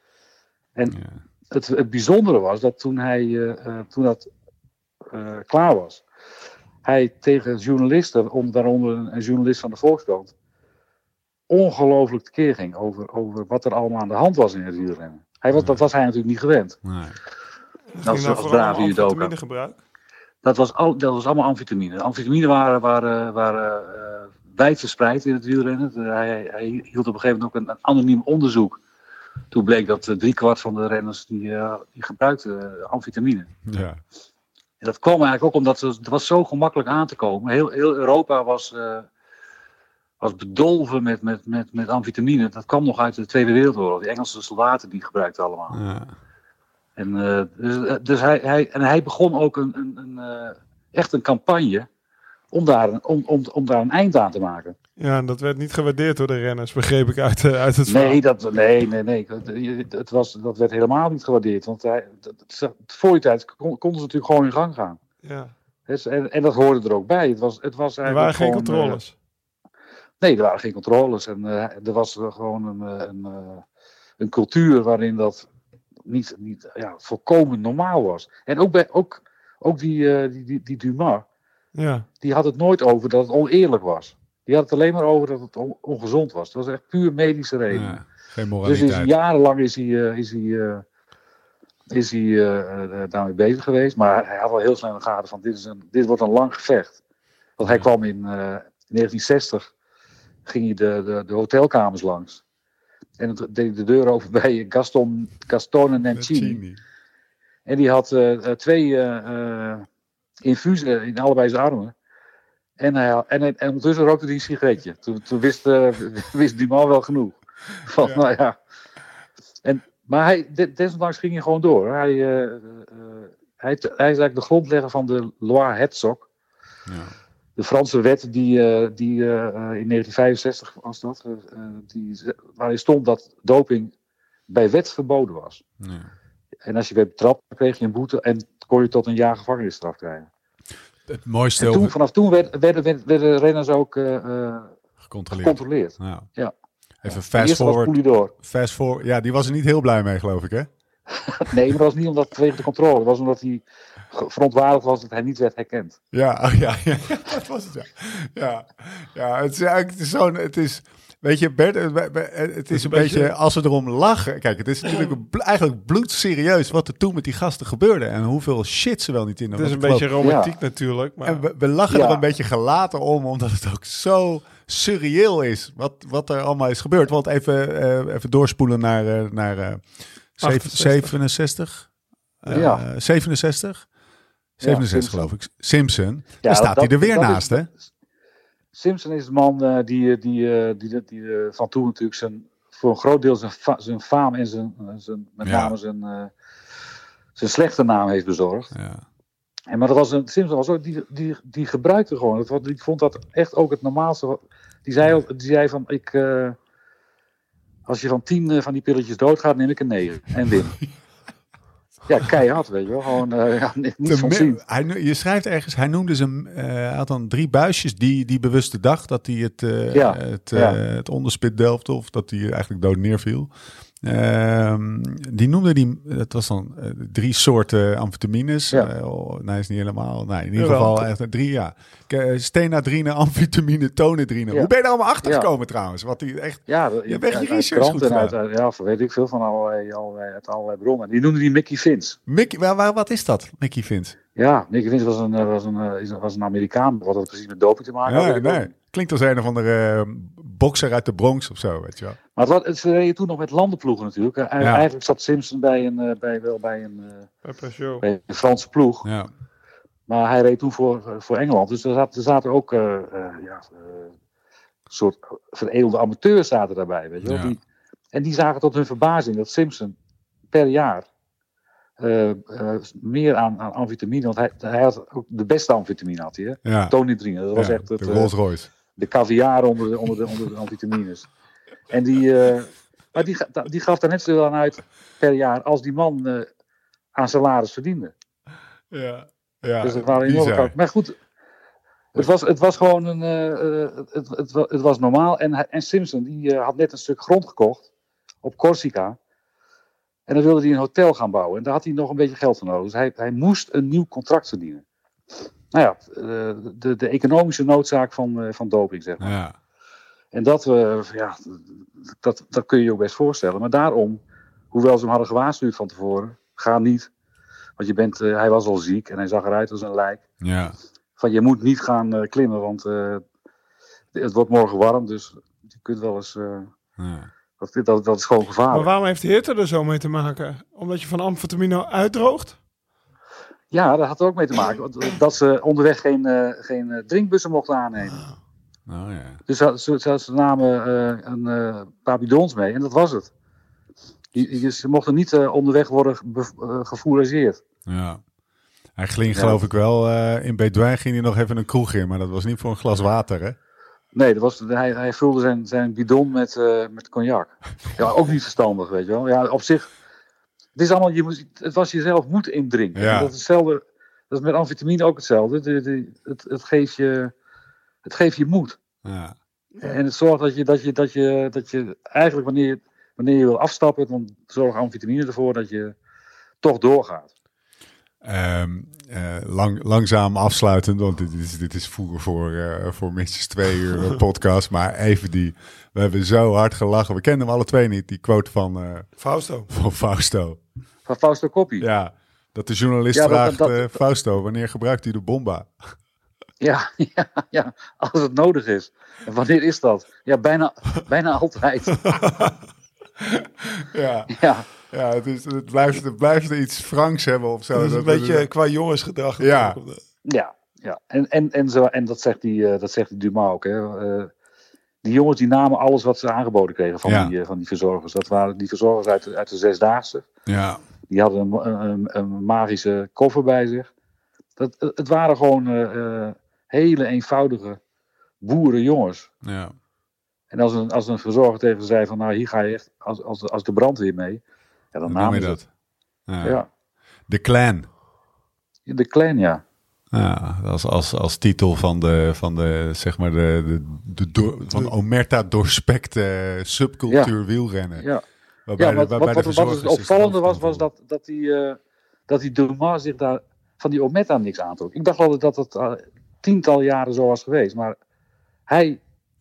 En
Ja.
het, het bijzondere was dat toen, hij, uh, uh, toen dat uh, klaar was, hij tegen journalisten, om, daaronder een, een journalist van de Volkskrant, ongelooflijk tekeer ging over, over wat er allemaal aan de hand was in het wielrennen. Hij was, dat was hij natuurlijk niet gewend.
Nee.
Dat
Ging
was
nou
als
vooral
brave
om
judoka.
vitaminegebruik?
Dat was, al, dat was allemaal amfetamine. Amfetamine waren, waren, waren uh, wijd verspreid in het wielrennen. Uh, hij, hij hield op een gegeven moment ook een, een anoniem onderzoek. Toen bleek dat uh, driekwart van de renners die, uh, die gebruikten uh, amfetamine.
Ja.
En dat kwam eigenlijk ook omdat het, het was zo gemakkelijk aan te komen. Heel, heel Europa was, uh, was bedolven met, met, met, met amfetamine. Dat kwam nog uit de Tweede Wereldoorlog. Die Engelse soldaten die gebruikten allemaal.
Ja.
En, uh, dus, dus hij, hij, en hij begon ook een, een, een, uh, echt een campagne om daar, een, om, om, om daar een eind aan te maken.
Ja, en dat werd niet gewaardeerd door de renners, begreep ik uit, uh, uit het verhaal.
Nee, dat, nee, nee, nee. Het, het was, dat werd helemaal niet gewaardeerd. Want hij, dat, voor die tijd kon, konden ze natuurlijk gewoon in gang gaan.
Ja.
Dus, en, en dat hoorde er ook bij. Het was, het was
Er
eigenlijk
waren geen
gewoon,
controles.
Uh, nee, er waren geen controles. En uh, er was uh, gewoon een, een, uh, een cultuur waarin dat niet, niet ja, volkomen normaal was. En ook, bij, ook, ook die, uh, die, die, die Dumas,
Ja.
die had het nooit over dat het oneerlijk was. Die had het alleen maar over dat het on, ongezond was. Het was echt puur medische reden.
Ja. Geen
Dus
moraliteit.
is hij, jarenlang is hij, uh, is hij, uh, is hij uh, uh, daarmee bezig geweest. Maar hij had wel heel snel in de gaten van dit, is een, dit wordt een lang gevecht. Want hij kwam in, uh, in negentien zestig, ging hij de, de, de hotelkamers langs. En het deed de deur open bij Gaston, Gastone Nencini.
Nencini.
En die had uh, twee uh, uh, infusen in allebei zijn armen. En, hij, en, en, en ondertussen rookte hij een sigaretje. Toen, toen wist, uh, wist die man wel genoeg. Van,
Ja.
nou ja. En, maar hij, desondanks ging hij gewoon door. Hij, uh, uh, hij, hij is eigenlijk de grondlegger van de Loi Herzog.
Ja.
De Franse wet die, uh, die uh, in negentien vijfenzestig was dat. Uh, die, waarin stond dat doping bij wet verboden was.
Ja.
En als je werd betrapt, kreeg je een boete en kon je tot een jaar gevangenisstraf krijgen.
Het mooiste
En toen,
over
vanaf toen werd, werden, werden, werden renners ook uh, uh,
gecontroleerd.
gecontroleerd.
Ja.
Ja.
Even
De
fast
eerste was
forward.
Poulidor.
Fast forward. Ja, die was er niet heel blij mee, geloof ik, hè?
Nee, maar dat was niet omdat vanwege de controle. Dat was omdat hij verontwaardigd was dat hij niet werd herkend.
Ja, oh, ja, ja, dat was het, ja. Ja, ja het is eigenlijk het is zo'n... Het is, weet je, Bert, het is een beetje, beetje, als we erom lachen. Kijk, het is natuurlijk een, eigenlijk bloedserieus wat er toen met die gasten gebeurde. En hoeveel shit ze wel niet in.
Het is een beetje romantiek ja. natuurlijk. Maar...
En we, we lachen ja. er een beetje gelaten om, omdat het ook zo surreëel is. Wat, wat er allemaal is gebeurd. Want even, uh, even doorspoelen naar, uh, naar uh, zevenenzestig. Uh, ja. zevenenzestig? zevenenzestig ja, geloof ik. Simpson. Ja, daar staat dat, hij er weer naast, is, hè?
Simpson is de man uh, die, die, die, die, die uh, van toen natuurlijk zijn, voor een groot deel zijn, fa- zijn faam en zijn, zijn, met ja. name zijn, uh, zijn slechte naam heeft bezorgd. Ja. En, maar dat was een, Simpson was ook, die, die, die gebruikte gewoon, dat, die vond dat echt ook het normaalste. Die zei, die zei van, ik, uh, als je van tien uh, van die pilletjes doodgaat, neem ik een negen en win. Ja, keihard, weet je wel. Gewoon uh, ja, niet Te van zien.
Hij, je schrijft ergens, hij noemde ze, uh, hij had dan drie buisjes die, die bewuste dag dat hij het, uh, ja, het, uh, ja. het onderspit delfde of dat hij eigenlijk dood neerviel. Uh, die noemde die, dat was dan uh, drie soorten amfetamines. Ja. Uh, oh, nee, is niet helemaal. Nee, in ieder Jawel. geval echt drie, ja. Stenadrine, amfetamine, tonadrine. Ja. Hoe ben je daar allemaal achter gekomen ja. trouwens? Wat die echt. Ja, de, je bent je research goed
uit, uit, ja, weet ik veel van allerlei, allerlei, uit allerlei bronnen. Die noemde die Mickey Vince.
Mickey, waar, waar, wat is dat, Mickey Vince?
Ja, Mickey Vince was een, was een, was een Amerikaan. Wat had precies met doping te maken
ja, had. Nee. Klinkt als een of andere uh, bokser uit de Bronx of zo, weet je wel.
Maar het, het, ze reden toen nog met landenploegen natuurlijk. Ja. Eigenlijk zat Simpson bij een, uh, bij, wel bij een, uh, bij een Franse ploeg. Ja. Maar hij reed toen voor, uh, voor Engeland. Dus er zaten, er zaten ook uh, uh, ja, uh, soort veredelde amateurs zaten daarbij, weet je wel. Ja. Die, en die zagen tot hun verbazing dat Simpson per jaar Uh, uh, meer aan, aan amfetamine, want hij, hij had ook de beste amfetamine had hij, hè? Ja. Tonidrine, dat was ja, echt het,
de Rolls Royce.
Uh, de caviar onder de, onder de, onder de amfetamines. En die, uh, maar die, die gaf daar net zoveel aan uit per jaar als die man uh, aan salaris verdiende.
Ja, ja.
Dus dat waren enorm koud. Maar goed, het was, het was gewoon een, uh, het, het, het, het was normaal. En, en Simpson die uh, had net een stuk grond gekocht op Corsica. En dan wilde hij een hotel gaan bouwen. En daar had hij nog een beetje geld voor nodig. Dus hij, hij moest een nieuw contract verdienen. Nou ja, de, de economische noodzaak van, van doping, zeg maar. Ja. En dat, uh, ja, dat, dat kun je je ook best voorstellen. Maar daarom, hoewel ze hem hadden gewaarschuwd van tevoren, ga niet. Want je bent, uh, hij was al ziek en hij zag eruit als een lijk.
Ja.
Van je moet niet gaan uh, klimmen, want uh, het wordt morgen warm. Dus je kunt wel eens... Uh, ja. Dat, dat, dat is gewoon gevaarlijk.
Maar waarom heeft de hitte er zo mee te maken? Omdat je van amfetamine uitdroogt?
Ja, dat had er ook mee te maken. Dat ze onderweg geen, uh, geen drinkbussen mochten aannemen.
Oh, ja.
Dus ze, ze, ze namen uh, een uh, paar bidons mee en dat was het. Die, ze mochten niet uh, onderweg worden be, uh, gefourageerd.
Ja. Hij ging, ja. geloof ik wel, uh, in Bedouin ging hij nog even een kroeg in, maar dat was niet voor een glas water, hè?
Nee, dat was, hij, hij vulde zijn, zijn bidon met, uh, met cognac. Ja, ook niet verstandig, weet je wel. Ja, op zich, het is allemaal, je moet, het was jezelf moet indrinken. Ja. Dat is hetzelfde, dat is met amfetamine ook hetzelfde. De, de, het, het, geeft je, het geeft je moed.
Ja.
En het zorgt dat je, dat je, dat je, dat je eigenlijk wanneer je, wanneer je wil afstappen, dan zorgt amfetamine ervoor dat je toch doorgaat.
Um, uh, lang, langzaam afsluitend, want dit is, dit is voer voor, uh, voor minstens twee uur een podcast. Maar even die, we hebben zo hard gelachen. We kenden hem alle twee niet, die quote van... Uh,
Fausto.
Van Fausto.
Van Fausto Coppi.
Ja, dat de journalist ja, vraagt, dat, dat, uh, Fausto, wanneer gebruikt u de bomba?
Ja, ja, ja, als het nodig is. En wanneer is dat? Ja, bijna, bijna altijd.
ja. Ja. Ja, het, is, het, blijft, het blijft iets Franks hebben of zo.
Dat is een dat, beetje dat, qua jongensgedrag.
Ja,
ja, ja. En, en, en, zo, en dat zegt die, uh, dat zegt die Dumas ook. Hè. Uh, die jongens die namen alles wat ze aangeboden kregen van, ja. die, uh, van die verzorgers. Dat waren die verzorgers uit de, uit de Zesdaagse.
Ja.
Die hadden een, een, een magische koffer bij zich. Dat, het waren gewoon uh, uh, hele eenvoudige boerenjongens.
Ja.
En als een, als een verzorger tegen ze zei van, nou hier ga je echt als, als, als de brandweer mee. Ja, dan namen ze dat.
Ja. Ja. De Clan.
De Clan, ja.
Ja, als, als, als titel van de, van de zeg maar de, de, de, de van Omerta doorspekte subcultuur ja. wielrennen.
Ja,
waarbij
ja wat,
de, waarbij
wat, wat, wat het opvallende was, was dat, dat die, uh, dat die Dumas zich daar van die Omerta niks aantrok. Ik dacht altijd dat het uh, tiental jaren zo was geweest, maar hij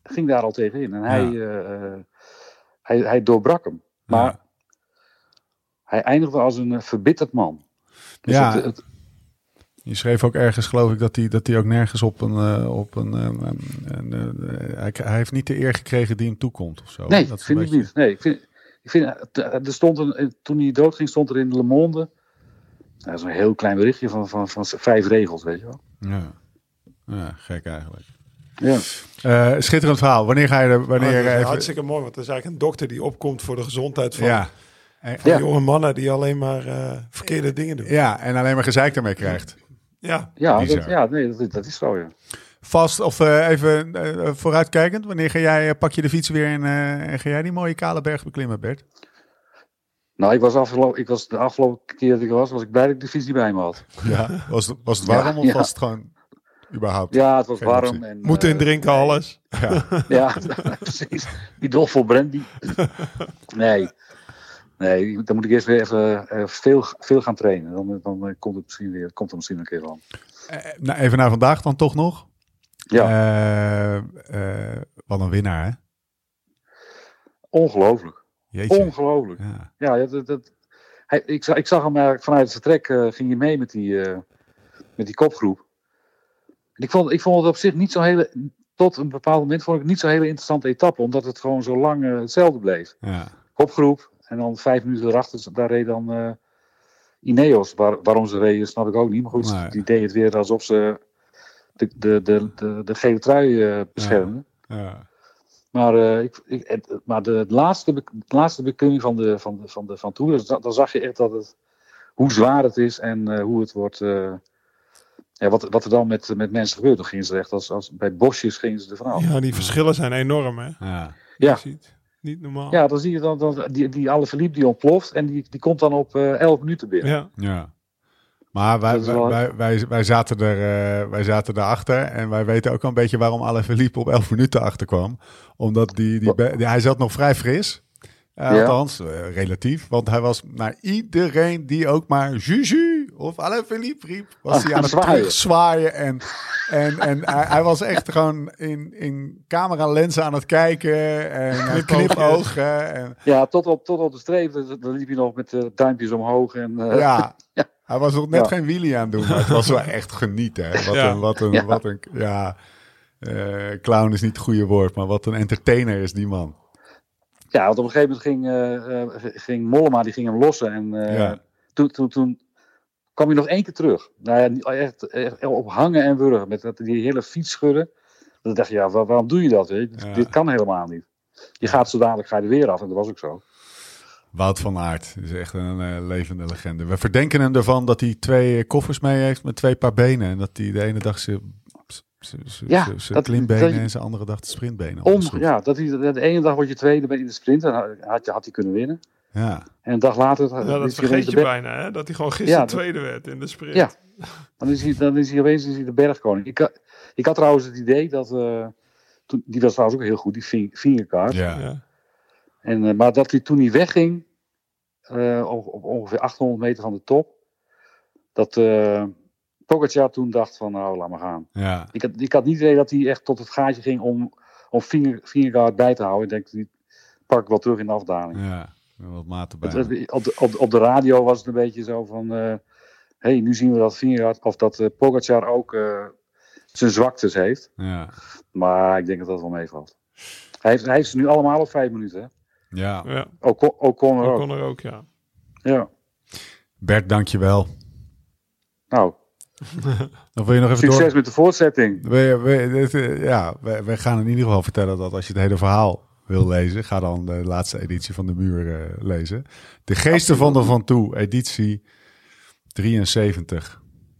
ging daar al tegenin. En hij, ja. uh, hij, hij doorbrak hem. Maar ja. hij eindigde als een uh, verbitterd man. Dus
ja,
het, het,
je schreef ook ergens, geloof ik, dat hij, dat hij ook nergens op een... Uh, op een, uh, een uh, hij, hij heeft niet de eer gekregen die hem toekomt of zo.
Nee,
dat
vind ik beetje... niet. Nee, ik vind, ik vind, er stond een, toen hij doodging, stond er in Le Monde... Dat is een heel klein berichtje van, van, van vijf regels, weet je wel.
Ja, ja gek eigenlijk.
Ja.
Uh, schitterend verhaal. Wanneer ga je er... Wanneer
oh, dat is
even...
hartstikke mooi, want dat is eigenlijk een dokter die opkomt voor de gezondheid van,
ja.
van ja. jonge mannen die alleen maar uh, verkeerde dingen doen.
Ja, en alleen maar gezeik ermee krijgt.
Ja,
ja, dat, ja nee, dat, dat is zo, ja.
Vast, of uh, even uh, vooruitkijkend, wanneer ga jij, uh, pak je de fiets weer en, uh, en ga jij die mooie kale berg beklimmen, Bert?
Nou, ik was, afgelopen, ik was de afgelopen keer dat ik was, was ik blij dat ik de fiets niet bij me had.
Ja, was het, was het warm ja, of ja. was het gewoon überhaupt?
Ja, het was warm. En,
Moet in drinken uh, alles.
Ja,
ja precies. Die dol vol brandy. Nee. Nee, dan moet ik eerst weer even uh, veel, veel gaan trainen. Dan, dan uh, komt het misschien weer, komt er misschien een keer van.
Uh, nou, even naar vandaag dan toch nog.
Ja.
Uh, uh, wat een winnaar, hè?
Ongelooflijk.
Jeetje.
Ongelooflijk. Ja, ja dat, dat, hij, ik, ik zag hem eigenlijk vanuit het vertrek, uh, ging hij mee met die, uh, met die kopgroep. En ik vond, ik vond het op zich niet zo'n hele, tot een bepaald moment vond ik het niet zo'n hele interessante etappe, omdat het gewoon zo lang uh, hetzelfde bleef.
Ja.
Kopgroep, en dan vijf minuten erachter, daar reed dan uh, Ineos. Waar, waarom ze reden, snap ik ook niet. Maar goed, nee. die deed het weer alsof ze de, de, de, de, de gele trui uh, beschermden.
Ja. Ja.
Maar, uh, ik, ik, het, maar de, de laatste, de laatste beklimming van de, van de, van de van Tour, dan, dan zag je echt dat het, hoe zwaar het is en uh, hoe het wordt. Uh, ja, wat, wat er dan met, met mensen gebeurt. Dan gingen ze echt als, als bij bosjes gingen ze er vanaf.
Ja, die verschillen zijn enorm, hè?
Ja.
Ja.
Ziet, niet normaal.
Ja, dan zie je dan, dan die, die Alaphilippe die ontploft en die, die komt dan op uh, elf minuten binnen.
Ja.
Ja. Maar wij,
wel...
wij, wij, wij, zaten er, uh, wij zaten erachter en wij weten ook wel een beetje waarom Alaphilippe op elf minuten achterkwam. Omdat die, die, die, die, hij zat nog vrij fris. Uh, ja. Althans, uh, relatief. Want hij was naar iedereen die ook maar Juju of Alaphilippe riep, was ah, hij aan het terugzwaaien. En, en, en hij, hij was echt gewoon in, in camera-lenzen aan het kijken en knipogen. En...
Ja, tot op, tot op de streep. Dan liep hij nog met uh, duimpjes omhoog. En, uh,
ja. ja. Hij was nog net ja. geen wheelie aan het doen, maar het was wel echt genieten. Hè? Wat, ja. een, wat een, ja. wat een, ja, uh, clown is niet het goede woord, maar wat een entertainer is die man.
Ja, want op een gegeven moment ging, uh, ging Mollema, die ging hem lossen. En uh, ja. toen, toen, toen kwam hij nog één keer terug. Nou ja, echt, echt op hangen en wurgen, met dat, die hele fiets schudden. Dan dacht je, ja, waar, waarom doe je dat? Hè? Ja. Dit kan helemaal niet. Je gaat zo dadelijk, ga je er weer af, en dat was ook zo.
Wout van Aert is echt een uh, levende legende. We verdenken hem ervan dat hij twee koffers mee heeft met twee paar benen. En dat hij de ene dag zijn ja, klimbenen en zijn andere dag de sprintbenen.
Om, ja, dat hij, de ene dag word je tweede in de sprint. En had, had hij kunnen winnen.
Ja.
En een dag later...
Ja, dat vergeet je bijna, hè? Dat hij gewoon gisteren ja, tweede werd in de sprint.
Ja, dan is hij, dan is hij opeens is hij de bergkoning. Ik, ik had trouwens het idee dat... Uh, toen, die was trouwens ook heel goed, die Vingegaard.
Ja. ja.
En, uh, maar dat hij toen hij wegging, uh, op, op ongeveer achthonderd meter van de top, dat uh, Pogacar toen dacht van, nou, laat maar gaan.
Ja.
Ik, had, ik had niet het idee dat hij echt tot het gaatje ging om, om Vingegaard bij te houden. Ik denk, die pak ik wel terug in de afdaling.
Ja, wat maten bij.
Het, op, de, op, de, op de radio was het een beetje zo van, hé, uh, hey, nu zien we dat Vingegaard, of dat uh, Pogacar ook uh, zijn zwaktes heeft.
Ja.
Maar ik denk dat dat wel meevalt. Hij heeft, hij heeft ze nu allemaal op vijf minuten, hè?
Ja.
ja.
Ocon, Ocon er ook.
Ocon er ook, ja.
Ja.
Bert, dankjewel.
Nou.
Dan wil je nog even
Succes
door...
met de voortzetting.
We, we, ja, we, we gaan in ieder geval vertellen dat als je het hele verhaal wil lezen, ga dan de laatste editie van de Muur uh, lezen. De Geesten van de Van Toe, editie drieënzeventig.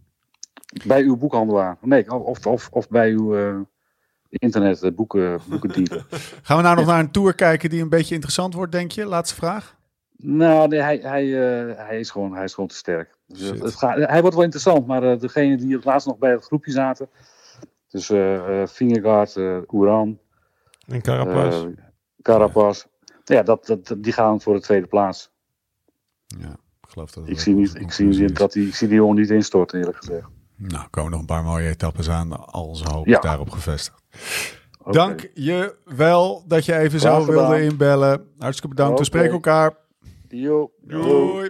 Bij uw boekhandelaar. Nee, of, of, of bij uw... Uh... internet, uh, boeken, boeken dealen.
Gaan we nou nog naar een tour kijken die een beetje interessant wordt, denk je? Laatste vraag.
Nou, nee, hij, hij, uh, hij, is gewoon, hij is gewoon te sterk. Dus het, het gaat, hij wordt wel interessant, maar uh, degene die het laatst nog bij het groepje zaten, dus uh, uh, Vingegaard, uh, Uran
en Carapaz,
uh, Carapaz, ja, dat, dat, die gaan voor de tweede plaats.
Ja, ik geloof dat.
Ik zie niet, ik zie niet dat die, ik zie die jongen niet instorten, eerlijk gezegd.
Nou, komen nog een paar mooie etappes aan, al zijn hoop
ja.
daarop gevestigd.
Okay.
Dank je wel dat je even
Graag
zo wilde
gedaan.
inbellen. Hartstikke bedankt. We
Oké.
spreken elkaar.
Jo.
Doei.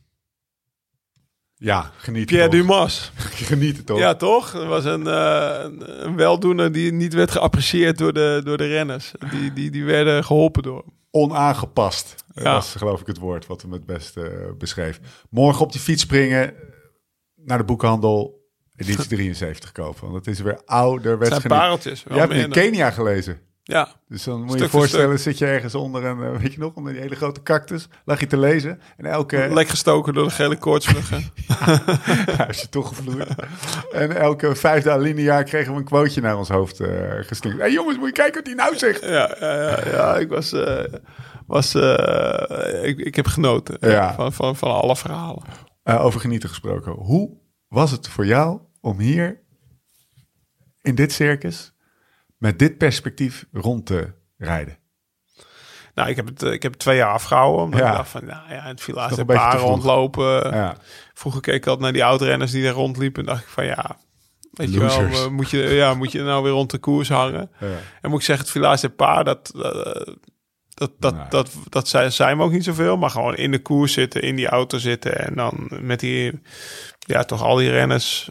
Ja, geniet
Pierre
toch.
Dumas.
Genieten toch?
Ja, toch? Er was een, uh, een, een weldoener die niet werd geapprecieerd door de, door de renners. Die, die, die werden geholpen door hem.
Onaangepast. Dat
Ja.
was geloof ik het woord wat hem het beste uh, beschreef. Morgen op die fiets springen naar de boekhandel. Editie drieënzeventig kopen. Want het is weer ouderwets.
Het zijn pareltjes.
Je hebt in Kenia gelezen.
Ja.
Dus dan moet
Stuk
je je
voor
voorstellen, zit je ergens onder een, uh, weet je nog, onder die hele grote cactus. Lag je te lezen. En elke...
Lek gestoken door de gele koortsvluggen.
Ja, als je toch gevloeid. En elke vijfde alinea kregen we een quoteje naar ons hoofd uh, gestinkt. Hé hey jongens, moet je kijken wat hij nou zegt.
Ja, ja, ja, ja ik was... Uh, was uh, ik, ik heb genoten
ja.
van, van, van alle verhalen.
Uh, over genieten gesproken. Hoe was het voor jou om hier in dit circus met dit perspectief rond te rijden?
Nou, ik heb het, ik heb het twee jaar afgehouden. Omdat
ja.
ik dacht van, nou ja, het Village
een
de
beetje
Paar rondlopen.
Ja.
Vroeger keek ik altijd naar die oud-renners die daar rondliepen. En dacht ik van, ja, weet
Losers.
je wel, moet je, ja, moet je nou weer rond de koers hangen?
Ja.
En moet ik zeggen, het Village de Paar, dat... Uh, Dat, dat,
nee.
dat, dat, dat zijn, zijn we ook niet zoveel, maar gewoon in de koers zitten, in die auto zitten en dan met die, ja, toch al die renners,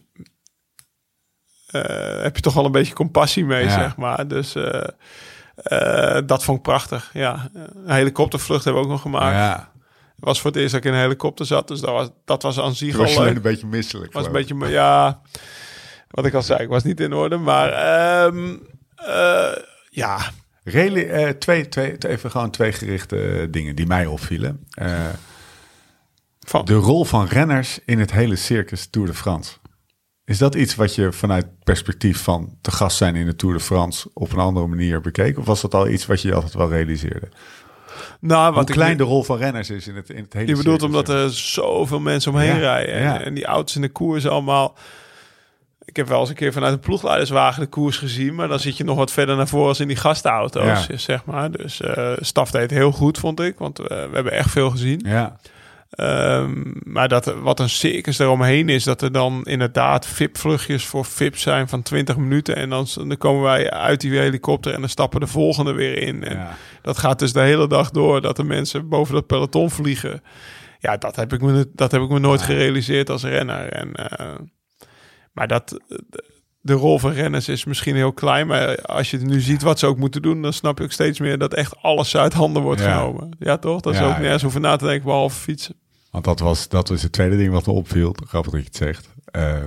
uh, heb je toch wel een beetje compassie mee, ja. zeg maar. Dus uh, uh, dat vond ik prachtig, ja. Een helikoptervlucht hebben we ook nog gemaakt.
Ja.
Het was voor het eerst dat ik in een helikopter zat, dus dat was, dat was aan zich
Toen was
al
je
leuk.
een beetje misselijk.
Was een beetje, ja, wat ik al zei, ik was niet in orde, maar um, uh, ja...
Reli- uh, twee, twee, even gewoon twee gerichte dingen die mij opvielen. Uh,
van.
De rol van renners in het hele circus Tour de France. Is dat iets wat je vanuit perspectief van te gast zijn in de Tour de France op een andere manier bekeek? Of was dat al iets wat je altijd wel realiseerde?
Nou, wat
Hoe klein
ik,
de rol van renners is in het, in het hele
Je bedoelt
circus,
omdat er zoveel mensen omheen
ja,
rijden. En,
ja.
en die auto's in de koers allemaal... Ik heb wel eens een keer vanuit een ploegleiderswagen de koers gezien, maar dan zit je nog wat verder naar voren als in die gastauto's, ja. zeg maar. Dus uh, staf deed heel goed, vond ik, want uh, we hebben echt veel gezien.
Ja.
Um, maar dat wat een circus eromheen is, dat er dan inderdaad V I P-vluchtjes voor V I P zijn van twintig minuten en dan, dan komen wij uit die helikopter en dan stappen de volgende weer in. En
Ja.
dat gaat dus de hele dag door, dat de mensen boven dat peloton vliegen. Ja, dat heb ik me, dat heb ik me nooit ja. gerealiseerd als renner. En... Uh, Maar dat, de rol van renners is misschien heel klein. Maar als je nu ziet wat ze ook moeten doen, dan snap je ook steeds meer dat echt alles uit handen wordt
ja.
genomen. Ja, toch? Dat
ja,
is ook nergens
ja.
hoeven na te denken, behalve fietsen.
Want dat was, dat was het tweede ding wat me opviel. Grappig dat je het zegt. Uh,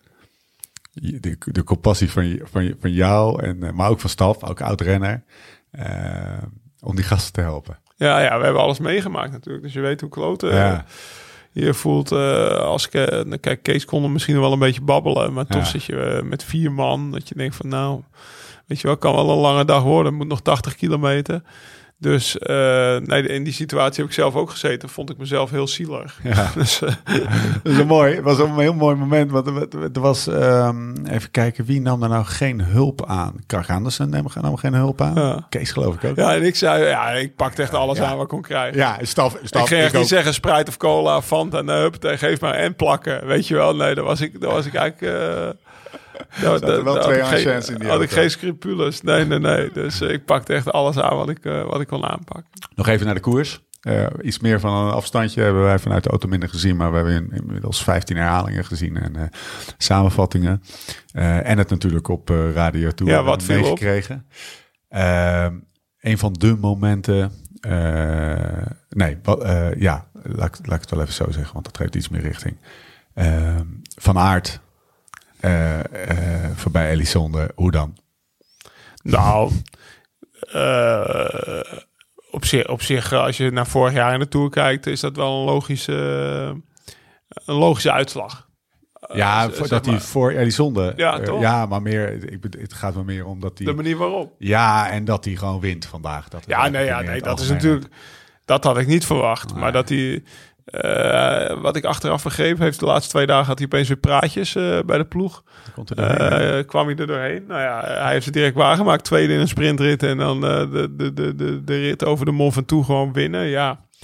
de, de compassie van, van, van jou, en, maar ook van staf, ook oud-renner. Uh, om die gasten te helpen.
Ja, ja, we hebben alles meegemaakt natuurlijk. Dus je weet hoe kloten...
Ja.
Je voelt, uh, als ik, uh, kijk, Kees kon er misschien wel een beetje babbelen, maar toch ja. zit je uh, met vier man, dat je denkt van nou, weet je wel, kan wel een lange dag worden, moet nog tachtig kilometer. Dus uh, nee, in die situatie heb ik zelf ook gezeten, vond ik mezelf heel zielig.
Ja.
dus, uh,
dat is een mooi, het was een heel mooi moment, want er was, um, even kijken, wie nam er nou geen hulp aan? Krach Andersen nam, nam geen hulp aan? Ja. Kees geloof ik ook.
Ja, en ik zei, ja, ik pakte echt alles ja. aan wat ik kon krijgen.
Ja, staf, staf.
Ik ging echt
ik
niet zeggen Sprite of cola, Fanta, en hup, geef maar en plakken, weet je wel. Nee, daar was ik, daar was ik eigenlijk... Uh,
Daar er wel twee anciëns in die
had ik geen scrupules. Nee, nee, nee. Dus uh, ik pakte echt alles aan wat ik, uh, wat ik kon aanpakken.
Nog even naar de koers. Uh, iets meer van een afstandje hebben wij vanuit de auto minder gezien. Maar we hebben inmiddels vijftien herhalingen gezien en uh, samenvattingen. Uh, en het natuurlijk op uh, Radio Tour
ja, wat
meegekregen. Uh, een van de momenten... Uh, nee, wat, uh, ja, laat, laat ik het wel even zo zeggen. Want dat geeft iets meer richting. Uh, Van Aert... Uh, uh, voorbij Elisonde, hoe dan?
Nou, uh, op, zich, op zich, als je naar vorig jaar in de Tour kijkt, is dat wel een logische, een logische uitslag.
Ja,
uh,
voor, dat hij voor Elisonde.
Ja,
uh,
toch?
Ja, maar meer, ik, het gaat me meer om dat hij...
De manier waarop.
Ja, en dat hij gewoon wint vandaag. Dat
ja, nee, ja, nee dat is natuurlijk... Dat had ik niet verwacht, nee. Maar dat hij... Uh, wat ik achteraf begreep, heeft de laatste twee dagen had hij opeens weer praatjes uh, bij de ploeg. Uh, kwam hij er doorheen. Nou ja, hij heeft het direct waargemaakt. Tweede in een sprintrit en dan uh, de, de, de, de, de rit over de Mont Ventoux gewoon winnen. Ja,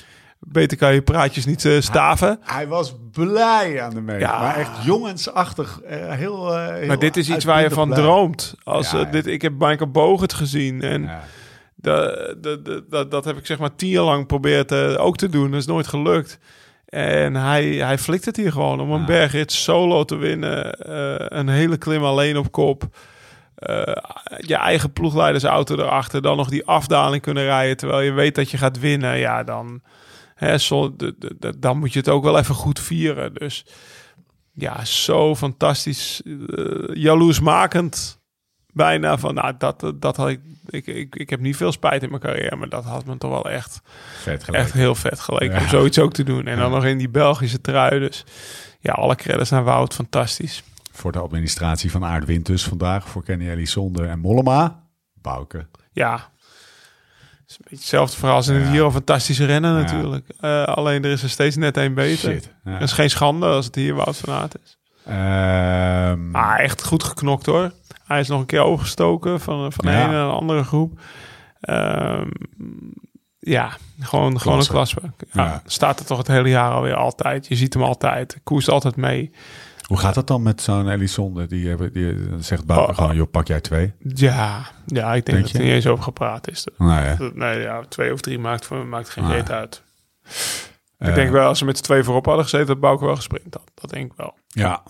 beter kan je praatjes niet uh, staven.
Hij, hij was blij aan de meet.
Ja.
Maar echt jongensachtig. Uh, heel, uh, heel
maar dit is iets waar je van
blij.
droomt. Als,
Ja,
uh,
ja.
dit, ik heb Michael Bogert gezien. En
Ja.
de, de, de, dat, dat heb ik zeg maar tien jaar lang geprobeerd uh, ook te doen. Dat is nooit gelukt. En hij, hij flikt het hier gewoon om een
Ja.
bergrit solo te winnen. Uh, een hele klim alleen op kop. Uh, je eigen ploegleidersauto erachter. Dan nog die afdaling kunnen rijden terwijl je weet dat je gaat winnen. Ja, dan, hè, zo, de, de, de, dan moet je het ook wel even goed vieren. Dus ja, zo fantastisch. Uh, jaloersmakend. Bijna van, nou, dat, dat had ik, ik, ik... Ik heb niet veel spijt in mijn carrière, maar dat had me toch wel echt...
Vet geleken.
Echt heel vet geleken
Ja.
om zoiets ook te doen. En dan
Ja.
nog in die Belgische trui. Dus ja, alle credits naar Wout. Fantastisch.
Voor de administratie van Aard wint dus vandaag voor Kenny Elissonde en Mollema. Bouke.
Ja. Het is een beetje hetzelfde verhaal als in het
Ja.
Giro. Fantastische rennen
Ja.
natuurlijk. Uh, alleen er is er steeds net één beter.
Shit. Ja.
Het is geen schande als het hier Wout van Aert is.
Ehm,
Maar echt goed geknokt hoor. Hij is nog een keer overgestoken van, van de
Ja.
ene naar de andere groep. Um, ja, gewoon, gewoon een
Klasse.
klasse. Ja,
Ja.
Staat er toch het hele jaar alweer altijd. Je ziet hem altijd. Koerst altijd mee.
Hoe gaat dat dan met zo'n Elissonde? Die, hebben- die dan zegt Bouke
Oh.
gewoon, joh, pak jij twee?
Ja, ja ik denk,
Denk
dat
je?
er niet eens over gepraat is.
Nou ja.
Dat, nee, ja, twee of drie maakt, voor, maakt geen
Ah.
reet uit.
Eh,
ik denk wel, als ze met z'n twee voorop hadden gezeten, dat Bouke wel gesprint had. Dat denk ik wel.
Ja.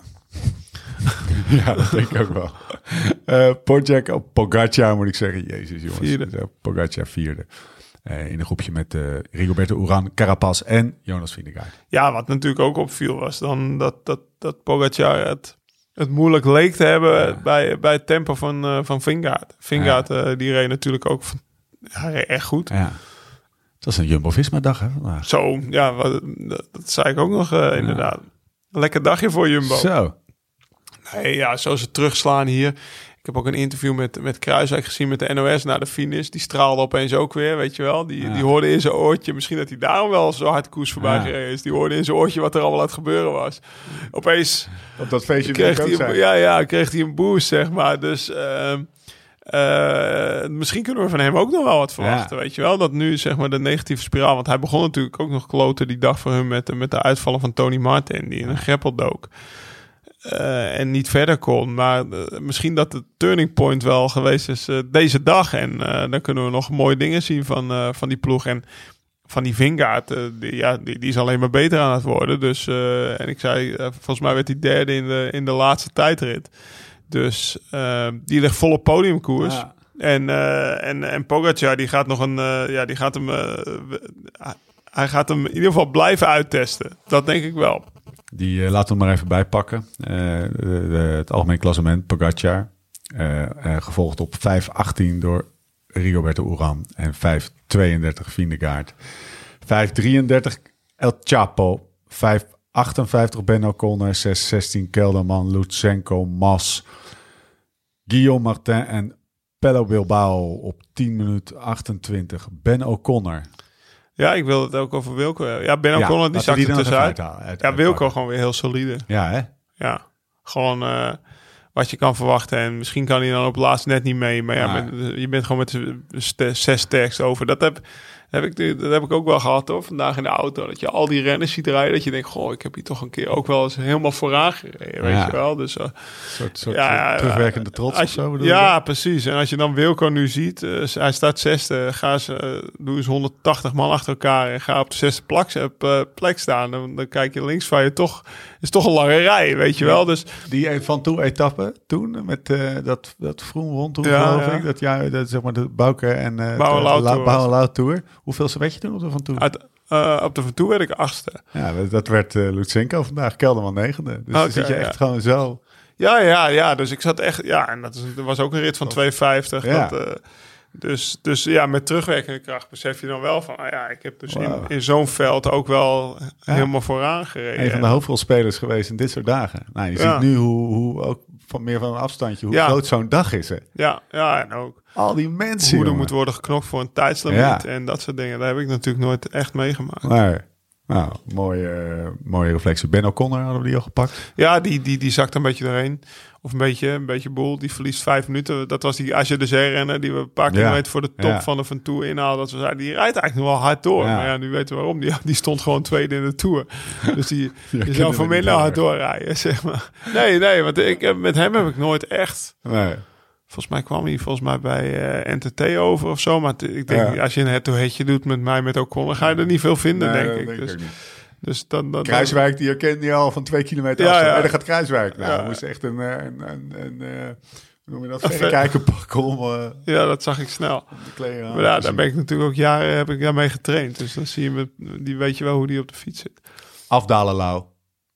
ja, dat denk ik ook wel. Uh, Pogacar, oh, Pogacar moet ik zeggen. Jezus jongens.
Vierde.
Pogacar vierde. Uh, in een groepje met uh, Rigoberto Urán, Carapaz en Jonas Vingegaard.
Ja, wat natuurlijk ook opviel was dan dat, dat, dat Pogacar het, het moeilijk leek te hebben
Ja.
bij, bij het tempo van, uh, van Vingegaard. Vingegaard,
Ja.
uh, die reed natuurlijk ook van, ja, reed echt goed.
Ja. Het was een Jumbo-Visma-dag, hè? vandaag.
Zo, ja, wat, dat, dat zei ik ook nog uh, inderdaad. Lekker dagje voor Jumbo.
Zo.
Nee, ja, zo ze terugslaan hier. Ik heb ook een interview met, met Kruiswijk gezien met de N O S na de finish. Die straalde opeens ook weer, weet je wel. Die,
Ja.
die hoorde in zijn oortje, misschien dat hij daarom wel zo hard koers voorbij
Ja.
gereden is. Die hoorde in zijn oortje wat er allemaal aan het gebeuren was. Opeens
Op dat feestje
kreeg
ook
hij,
zijn.
een, ja, ja, kreeg hij een boost, zeg maar. Dus uh, uh, misschien kunnen we van hem ook nog wel wat verwachten,
Ja.
weet je wel. Dat nu, zeg maar, de negatieve spiraal. Want hij begon natuurlijk ook nog kloten die dag voor hem met, met de uitvallen van Tony Martin, die in een greppel dook. Uh, en niet verder kon. Maar uh, misschien dat de turning point wel geweest is uh, deze dag. En uh, dan kunnen we nog mooie dingen zien van, uh, van die ploeg. En van die Vingegaard, uh, die, ja, die, die is alleen maar beter aan het worden. Dus, uh, en ik zei, uh, volgens mij werd hij derde in de, in de laatste tijdrit. Dus uh, die ligt vol op podiumkoers.
Ja.
En, uh, en, en Pogacar, die gaat nog een... Uh, ja, die gaat hem... Uh, hij gaat hem in ieder geval blijven uittesten. Dat denk ik wel.
Die uh, laten we maar even bijpakken. Uh, de, de, het algemeen klassement, Pogacar. Uh, uh, gevolgd op vijf achttien door Rigoberto Urán. En vijf tweeëndertig Vingegaard. vijf drieëndertig El Chapo. vijf achtenvijftig Ben O'Connor. zes zestien Kelderman, Lutsenko, Mas. Guillaume Martin en Pello Bilbao op tien minuten achtentwintig. Ben O'Connor.
Ja, ik wil het ook over Wilco. Ja, Ben O'Connor,
Ja,
die
laten
zakt
we
er
die dan even
tussenuit.
uithalen, uit-
Ja, Wilco
uitpakken.
gewoon weer heel solide.
Ja, hè?
Ja, gewoon uh, wat je kan verwachten. En misschien kan hij dan op het laatst net niet mee. Maar ja,
Ja.
met, je bent gewoon met de st- zes sterkst over. Dat heb, heb ik, dat heb ik ook wel gehad hoor, vandaag in de auto. Dat je al die renners ziet rijden. Dat je denkt, goh, ik heb hier toch een keer ook wel eens helemaal vooraan gereden. Weet
Ja.
je wel. Dus, uh,
Een soort, soort
Ja, ja,
terugwerkende trots
als
of
je-
zo bedoel je
Ja,
dat?
precies. En als je dan Wilco nu ziet, uh, hij staat zesde, ga eens, uh, doe eens honderdtachtig man achter elkaar en ga op de zesde plek, op, uh, plek staan. Dan, dan kijk je links van je toch, is toch een lange rij, weet je wel. Dus
Die Van Toe-etappe toen, met uh, dat, dat Vroom won toen,
Ja,
geloof
ja.
ik. Dat jaar, dat, zeg maar de Bouke en uh,
Bauer-Lau
de La-
Tour was
Bauer-Lau Tour. Hoeveelste werd je toen op de Van Toe?
uit, uh, op de Van Toe werd ik achtste.
Ja, dat, dat werd uh, Lutsenko vandaag, Kelderman negende. Dus
Oké,
dan zit je echt
ja.
gewoon zo.
Ja, ja, ja. Dus ik zat echt, ja, en dat, is, dat was ook een rit van twee vijftig.
Ja.
Dat, uh, dus, dus ja, met terugwerkende kracht besef je dan wel van, ah ja, ik heb dus in,
Wow.
in zo'n veld ook wel
Ja.
helemaal vooraan gereden.
Een van de hoofdrolspelers geweest in dit soort dagen. Nou, je
Ja.
ziet nu hoe, hoe ook van meer van een afstandje, hoe
Ja.
groot zo'n dag is. Hè?
Ja, ja, en ook
Al die mensen,
hoe er
jongen.
moet worden geknokt voor een tijdslimiet
Ja.
en dat soort dingen. Dat heb ik natuurlijk nooit echt meegemaakt.
Maar Nou, mooie, uh, mooie reflectie. Ben O'Connor hadden we die al gepakt?
Ja, die, die, die zakt een beetje doorheen. Of een beetje, een beetje boel. Die verliest vijf minuten. Dat was die Asje de Zee-renner die we een paar kilometer ja. voor de top ja. van de Van Tour inhaalden. Dat we zeiden, die rijdt eigenlijk nog wel hard door. Ja. Maar ja, nu weten we waarom. Die, die stond gewoon tweede in de Tour. Dus die, die zou voor minder hard doorrijden, zeg maar. Nee, nee, want ik, met hem heb ik nooit echt...
Nee.
Volgens mij kwam hij volgens mij bij uh, N T T over of zo. Maar t- ik denk, ja. als je een head-to-headje doet met mij, met O'Connor, ga je er niet veel vinden, nee, denk ik. Denk dus, ik dus dan, dan,
Kruiswijk, die herkende je al van twee kilometer ja, afstand. Ja. En dan gaat Kruiswijk. Nou,
ja.
we moesten echt een, een, een, een, een hoe noem je dat, verrekijker pakken om... Uh,
ja, dat zag ik snel. Maar ja, daar ben ik natuurlijk ook jaren heb ik daarmee getraind. Dus dan zie je, met, die weet je wel hoe die op de fiets zit.
Afdalen, Lau.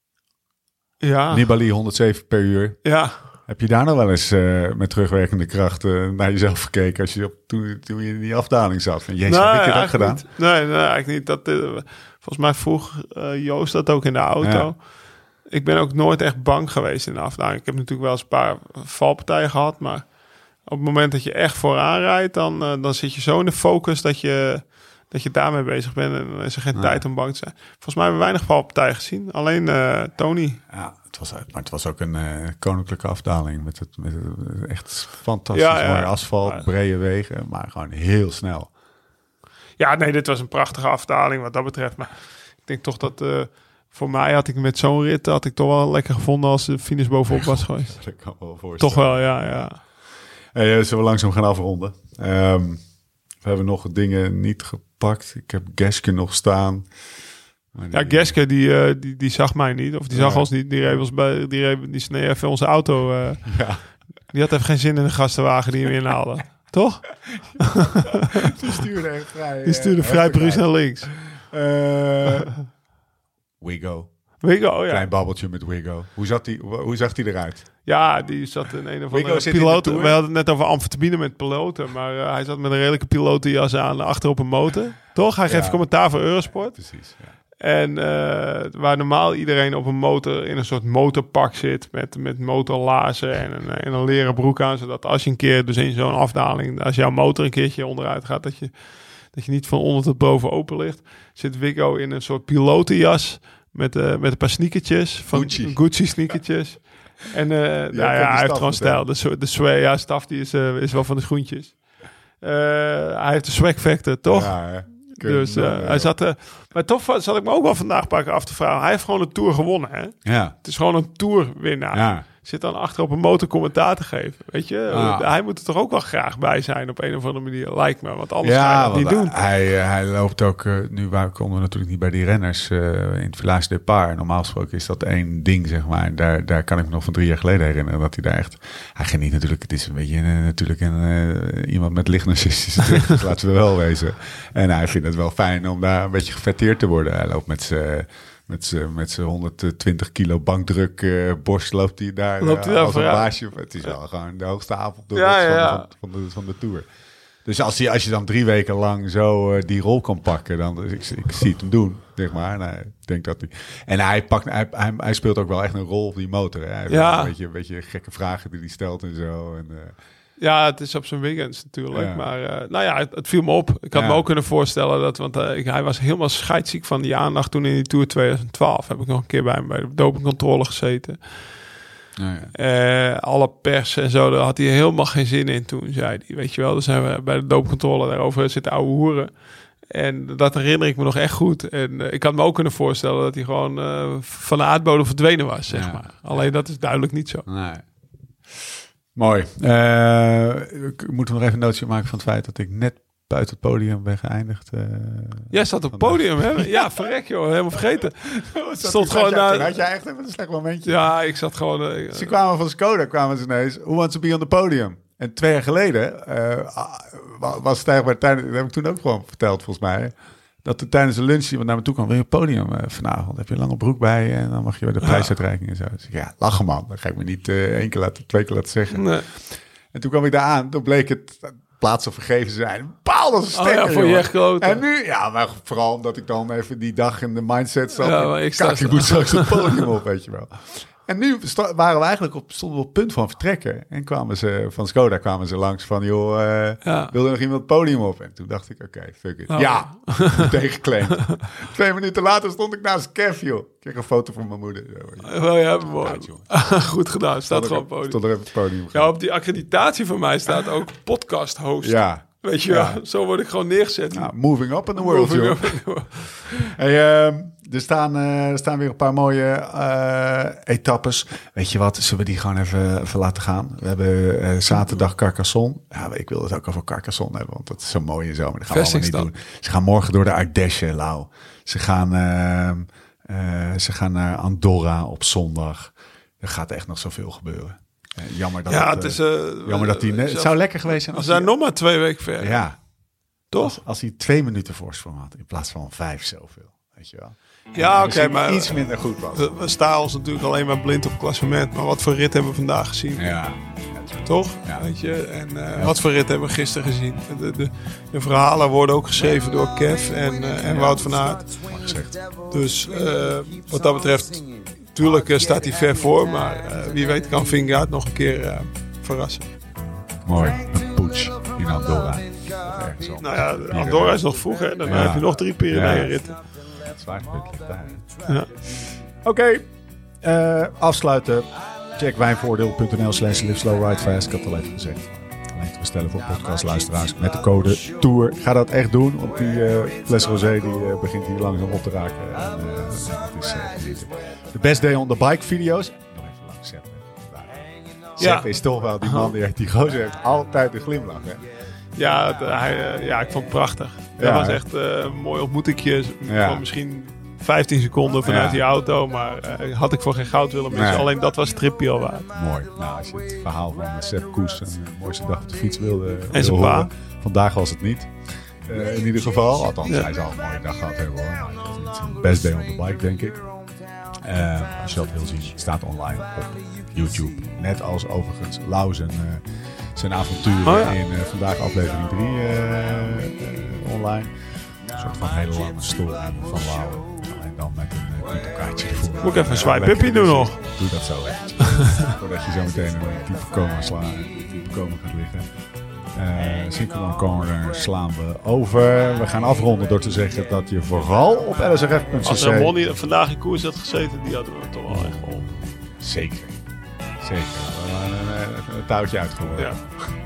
Ja.
Nibali honderdzeven per uur.
Ja.
Heb je daar nog wel eens uh, met terugwerkende kracht uh, naar jezelf gekeken als je op, toen, toen je in die afdaling zat? Van, jezus,
nee,
heb ik dat gedaan?
Niet. Nee, nee, eigenlijk niet. Dat, uh, volgens mij vroeg uh, Joost dat ook in de auto. Ja. Ik ben ook nooit echt bang geweest in de afdaling. Ik heb natuurlijk wel eens een paar valpartijen gehad, maar op het moment dat je echt vooraan rijdt, dan, uh, dan zit je zo in de focus dat je, dat je daarmee bezig bent en dan is er geen ja. tijd om bang te zijn. Volgens mij hebben we weinig valpartijen gezien. Alleen uh, Tony.
Ja. Het was, maar het was ook een uh, koninklijke afdaling met het, met het echt fantastisch ja, ja. mooi asfalt, ja. brede wegen, maar gewoon heel snel.
Ja, nee, dit was een prachtige afdaling wat dat betreft. Maar ik denk toch dat uh, voor mij had ik met zo'n rit had ik toch wel lekker gevonden als de finish bovenop was geweest.
Dat kan wel voorstellen.
Toch wel, ja, ja.
Hey, zullen we langzaam gaan afronden? Um, we hebben nog dingen niet gepakt. Ik heb Geske nog staan.
Ja, Geske, die, uh, die, die zag mij niet. Of die zag ja. ons niet. Die reed ons bij, die reed, die snee even onze auto. Uh,
ja.
Die had even geen zin in de gastenwagen die hem inhaalde. Toch?
Die stuurde echt vrij.
Die stuurde uh, vrij bruis naar links.
Uh, Wigo.
Wigo, oh ja.
Klein babbeltje met Wigo. Hoe, zat die, hoe zag die eruit?
Ja, die zat in een of andere piloot. We hadden het net over amfetamine met piloten. Maar uh, hij zat met een redelijke pilotenjas aan achter op een motor. Toch? Hij geeft ja. commentaar voor Eurosport.
Precies, ja.
En uh, waar normaal iedereen op een motor in een soort motorpak zit met, met motorlaarzen en een, en een leren broek aan, zodat als je een keer dus in zo'n afdaling, als jouw motor een keertje onderuit gaat, dat je, dat je niet van onder tot boven open ligt, zit Wigo in een soort pilotenjas met, uh, met een paar sneakertjes, van
Gucci,
Gucci sneakertjes. En uh, nou ja, hij heeft gewoon stijl. De, de swag, ja, staf die is, uh, is wel van de schoentjes. Uh, hij heeft de swag factor, toch?
Ja, hè?
Dus uh, hij zat er. Uh, maar toch zat ik me ook wel vandaag pakken af te vragen. Hij heeft gewoon een Tour gewonnen, hè?
Ja.
Het is gewoon een Tour-winnaar.
Ja.
Zit dan achter op een motor commentaar te geven. Weet je?
Ah.
Hij moet er toch ook wel graag bij zijn op een of andere manier, lijkt me. Want anders
ja,
ga je dat niet doen.
Hij, hij loopt ook, uh, nu waar konden we natuurlijk niet bij die renners uh, in het Village Départ. Normaal gesproken is dat één ding, zeg maar. Daar, daar kan ik me nog van drie jaar geleden herinneren dat hij daar echt... Hij geniet natuurlijk, het is een beetje uh, natuurlijk een, uh, iemand met lichtnarcistische trek, dus laten we wel wezen. En hij vindt het wel fijn om daar een beetje gefetteerd te worden. Hij loopt met zijn... Met zijn met zijn honderdtwintig kilo bankdruk uh, borst loopt hij daar,
loopt hij
uh,
daar
als
vooruit.
een baasje. Het is wel gewoon de hoogste avond
ja, ja, ja.
van, van, de, van de Tour. Dus als je, als je dan drie weken lang zo uh, die rol kan pakken, dan ik, ik zie het hem doen, zeg maar. Nou, ik denk dat hij... En hij, pakt, hij, hij, hij speelt ook wel echt een rol op die motor. Hè? Hij heeft
ja.
een, beetje, een beetje gekke vragen die hij stelt en zo. En, uh,
ja, het is op zijn weekends natuurlijk.
Ja.
Maar uh, nou ja, het, het viel me op. Ik had
ja.
me ook kunnen voorstellen dat... Want uh, ik, hij was helemaal scheidsziek van die aandacht toen in die Tour twintig twaalf. Heb ik nog een keer bij hem bij de dopingcontrole gezeten.
Ja, ja.
Uh, alle pers en zo, daar had hij helemaal geen zin in toen, zei hij. Weet je wel, dan zijn we bij de dopingcontrole daarover zitten ouwe hoeren. En dat herinner ik me nog echt goed. En uh, ik had me ook kunnen voorstellen dat hij gewoon uh, van de aardbodem verdwenen was, zeg
ja.
maar. Alleen dat is duidelijk niet zo.
Nee. Mooi. Uh, ik moet nog even een nootje maken van het feit dat ik net buiten het podium ben geëindigd. Uh,
Jij zat op het podium, hè? Ja, verrek joh, helemaal vergeten.
Stond gewoon naar... Had jij echt even een slecht momentje?
Ja, ik zat gewoon... Uh,
ze kwamen van Skoda, kwamen ze ineens. Who wants to be on the podium? En twee jaar geleden uh, was het eigenlijk bij dat heb ik toen ook gewoon verteld volgens mij, dat er tijdens de lunch iemand naar me toe kwam, wil je een podium uh, vanavond? Heb je een lange broek bij en dan mag je bij de prijsuitreiking en zo. Dus ik, ja, lachen man. Dat ga ik me niet uh, één keer laten, twee keer laten zeggen.
Nee.
En toen kwam ik daar aan, toen bleek het plaatsen vergeven zijn. Paal, dat is een stekker,
oh ja, voor je grote.
En nu, ja, maar vooral omdat ik dan even die dag in de mindset zat.
Ja, maar ik,
Kijk, ik moet straks het podium op, weet je wel. En nu sta- waren we eigenlijk op, stonden we op het punt van vertrekken. En kwamen ze van Skoda kwamen ze langs van, joh, uh,
Ja.
wilde nog iemand het podium op? En toen dacht ik, oké, okay, fuck it.
Oh.
Ja, tegengeclaimd. Twee minuten later stond ik naast Kev, joh. Ik kreeg een foto van mijn moeder.
Wel, ja, mooi.
Uit, jongen.
Goed gedaan, staat gewoon op het podium.
Stond er even op het podium.
Ja, op die accreditatie van mij staat ook podcast host.
Ja.
Weet je wel,
Ja.
zo word ik gewoon neergezet.
Nou, moving up in the world,
Moving
joh.
up in the world.
Hey, uh, er, staan, uh, er staan weer een paar mooie uh, etappes. Weet je wat, zullen we die gewoon even, even laten gaan? We hebben uh, zaterdag Carcassonne. Ja, ik wil het ook over Carcassonne hebben, want dat is zo mooi en zo. Maar dat gaan we allemaal niet doen. Ze gaan morgen door de Ardèche, Lau. Ze gaan, uh, uh, ze gaan naar Andorra op zondag. Er gaat echt nog zoveel gebeuren. Uh, jammer dat
Ja,
het,
het is...
Uh,
Uh,
jammer dat die... Ne- het zou lekker geweest zijn.
We zijn nog maar twee weken ver.
Ja.
Toch?
Als, als hij twee minuten voorsprong had in plaats van vijf zoveel. Weet je wel.
Ja, oké, okay, maar
iets minder goed was.
We, we staan ons natuurlijk alleen maar blind op klassement. Maar wat voor rit hebben we vandaag gezien?
Ja.
Toch?
Ja.
Weet je? En uh,
ja.
wat voor rit hebben we gisteren gezien? De, de, de verhalen worden ook geschreven door Kev en, uh, en Wout van Aert. Dus uh, wat dat betreft, natuurlijk uh, staat hij ver voor. Maar uh, wie weet kan Vingegaard nog een keer uh, verrassen.
Mooi. Een poets in Andorra.
Nou ja, Andorra is nog vroeg, hè? Dan ja. heb je nog drie Pyrenee-ritten.
Ja. Het is waar, daar.
Ja.
Oké, okay. uh, afsluiten. Check wijnvoordeel.nl slash live slow ride fast. Ik had het al even gezegd. Alleen te bestellen voor podcastluisteraars met de code TOUR. Ga dat echt doen, want die uh, fles rosé die, uh, begint hier langzaam op te raken. En, uh, het is uh, de best day on the bike video's. Nog even lang Sepp. Sepp ja. is toch wel die man die, die gozer heeft altijd een glimlach, hè?
Ja, het, hij, ja, ik vond het prachtig. Ja, dat was echt uh, een mooi ontmoetingje. Ja. Van misschien vijftien seconden vanuit ja. die auto. Maar uh, had ik voor geen goud willen missen. Nee. Alleen dat was het tripje al waard.
Mooi. Nou, als je het verhaal van Sepp Koes een uh, mooiste dag op de fiets wilde
en zijn pa.
Vandaag was het niet. Uh, in ieder geval. Althans, ja. hij zal een mooie dag gehad hebben, hoor. Maar het is een best day on the bike, denk ik. Uh, als je dat wil zien, staat online op YouTube. Net als overigens Lau zijn, uh, zijn avonturen oh ja. in uh, vandaag aflevering drie uh, uh, online. Een soort van hele lange story van Lau. En dan met een uh, titelkaartje ervoor.
Moet ik even een swipe-uppie doen nog?
Doe dat zo even. Voordat je zo meteen in een diepe coma, sla, diepe coma gaat liggen. Uh, Synchronon Corner slaan we over. We gaan afronden door te zeggen dat je vooral op L S R F punt c c...
Als er Monny vandaag in koers had gezeten, die hadden we toch wel echt geholpen.
Zeker. Zeker. We hebben een, een, een touwtje uitgevoerd. Ja.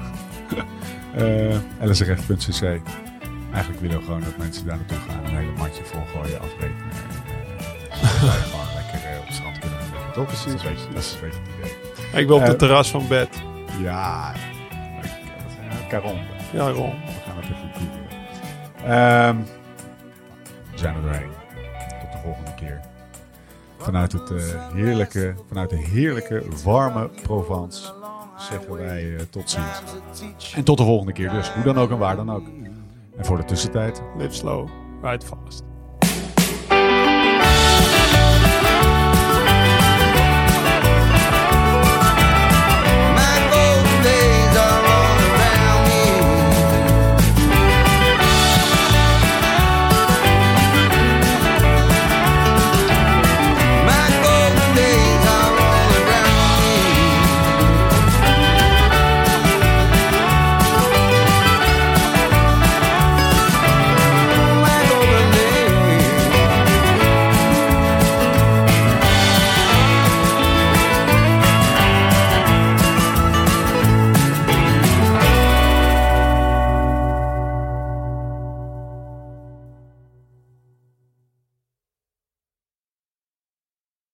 uh, L S R F punt c c. Eigenlijk willen we gewoon dat mensen daar naartoe gaan. Een hele matje volgooien, afrekenen. En uh, gewoon lekker uh, op het strand kunnen liggen. Toch? Precies. Dat is een beetje, dat is een beetje het idee.
Ik wil op de
uh,
terras van bed.
Ja. Caron.
Ja, Ron.
We gaan het even googlen. Um, we zijn er doorheen. Tot de volgende keer. Vanuit het uh, heerlijke, vanuit de heerlijke, warme Provence zeggen wij uh, tot ziens. En tot de volgende keer dus. Hoe dan ook en waar dan ook. En voor de tussentijd.
Live slow, ride fast.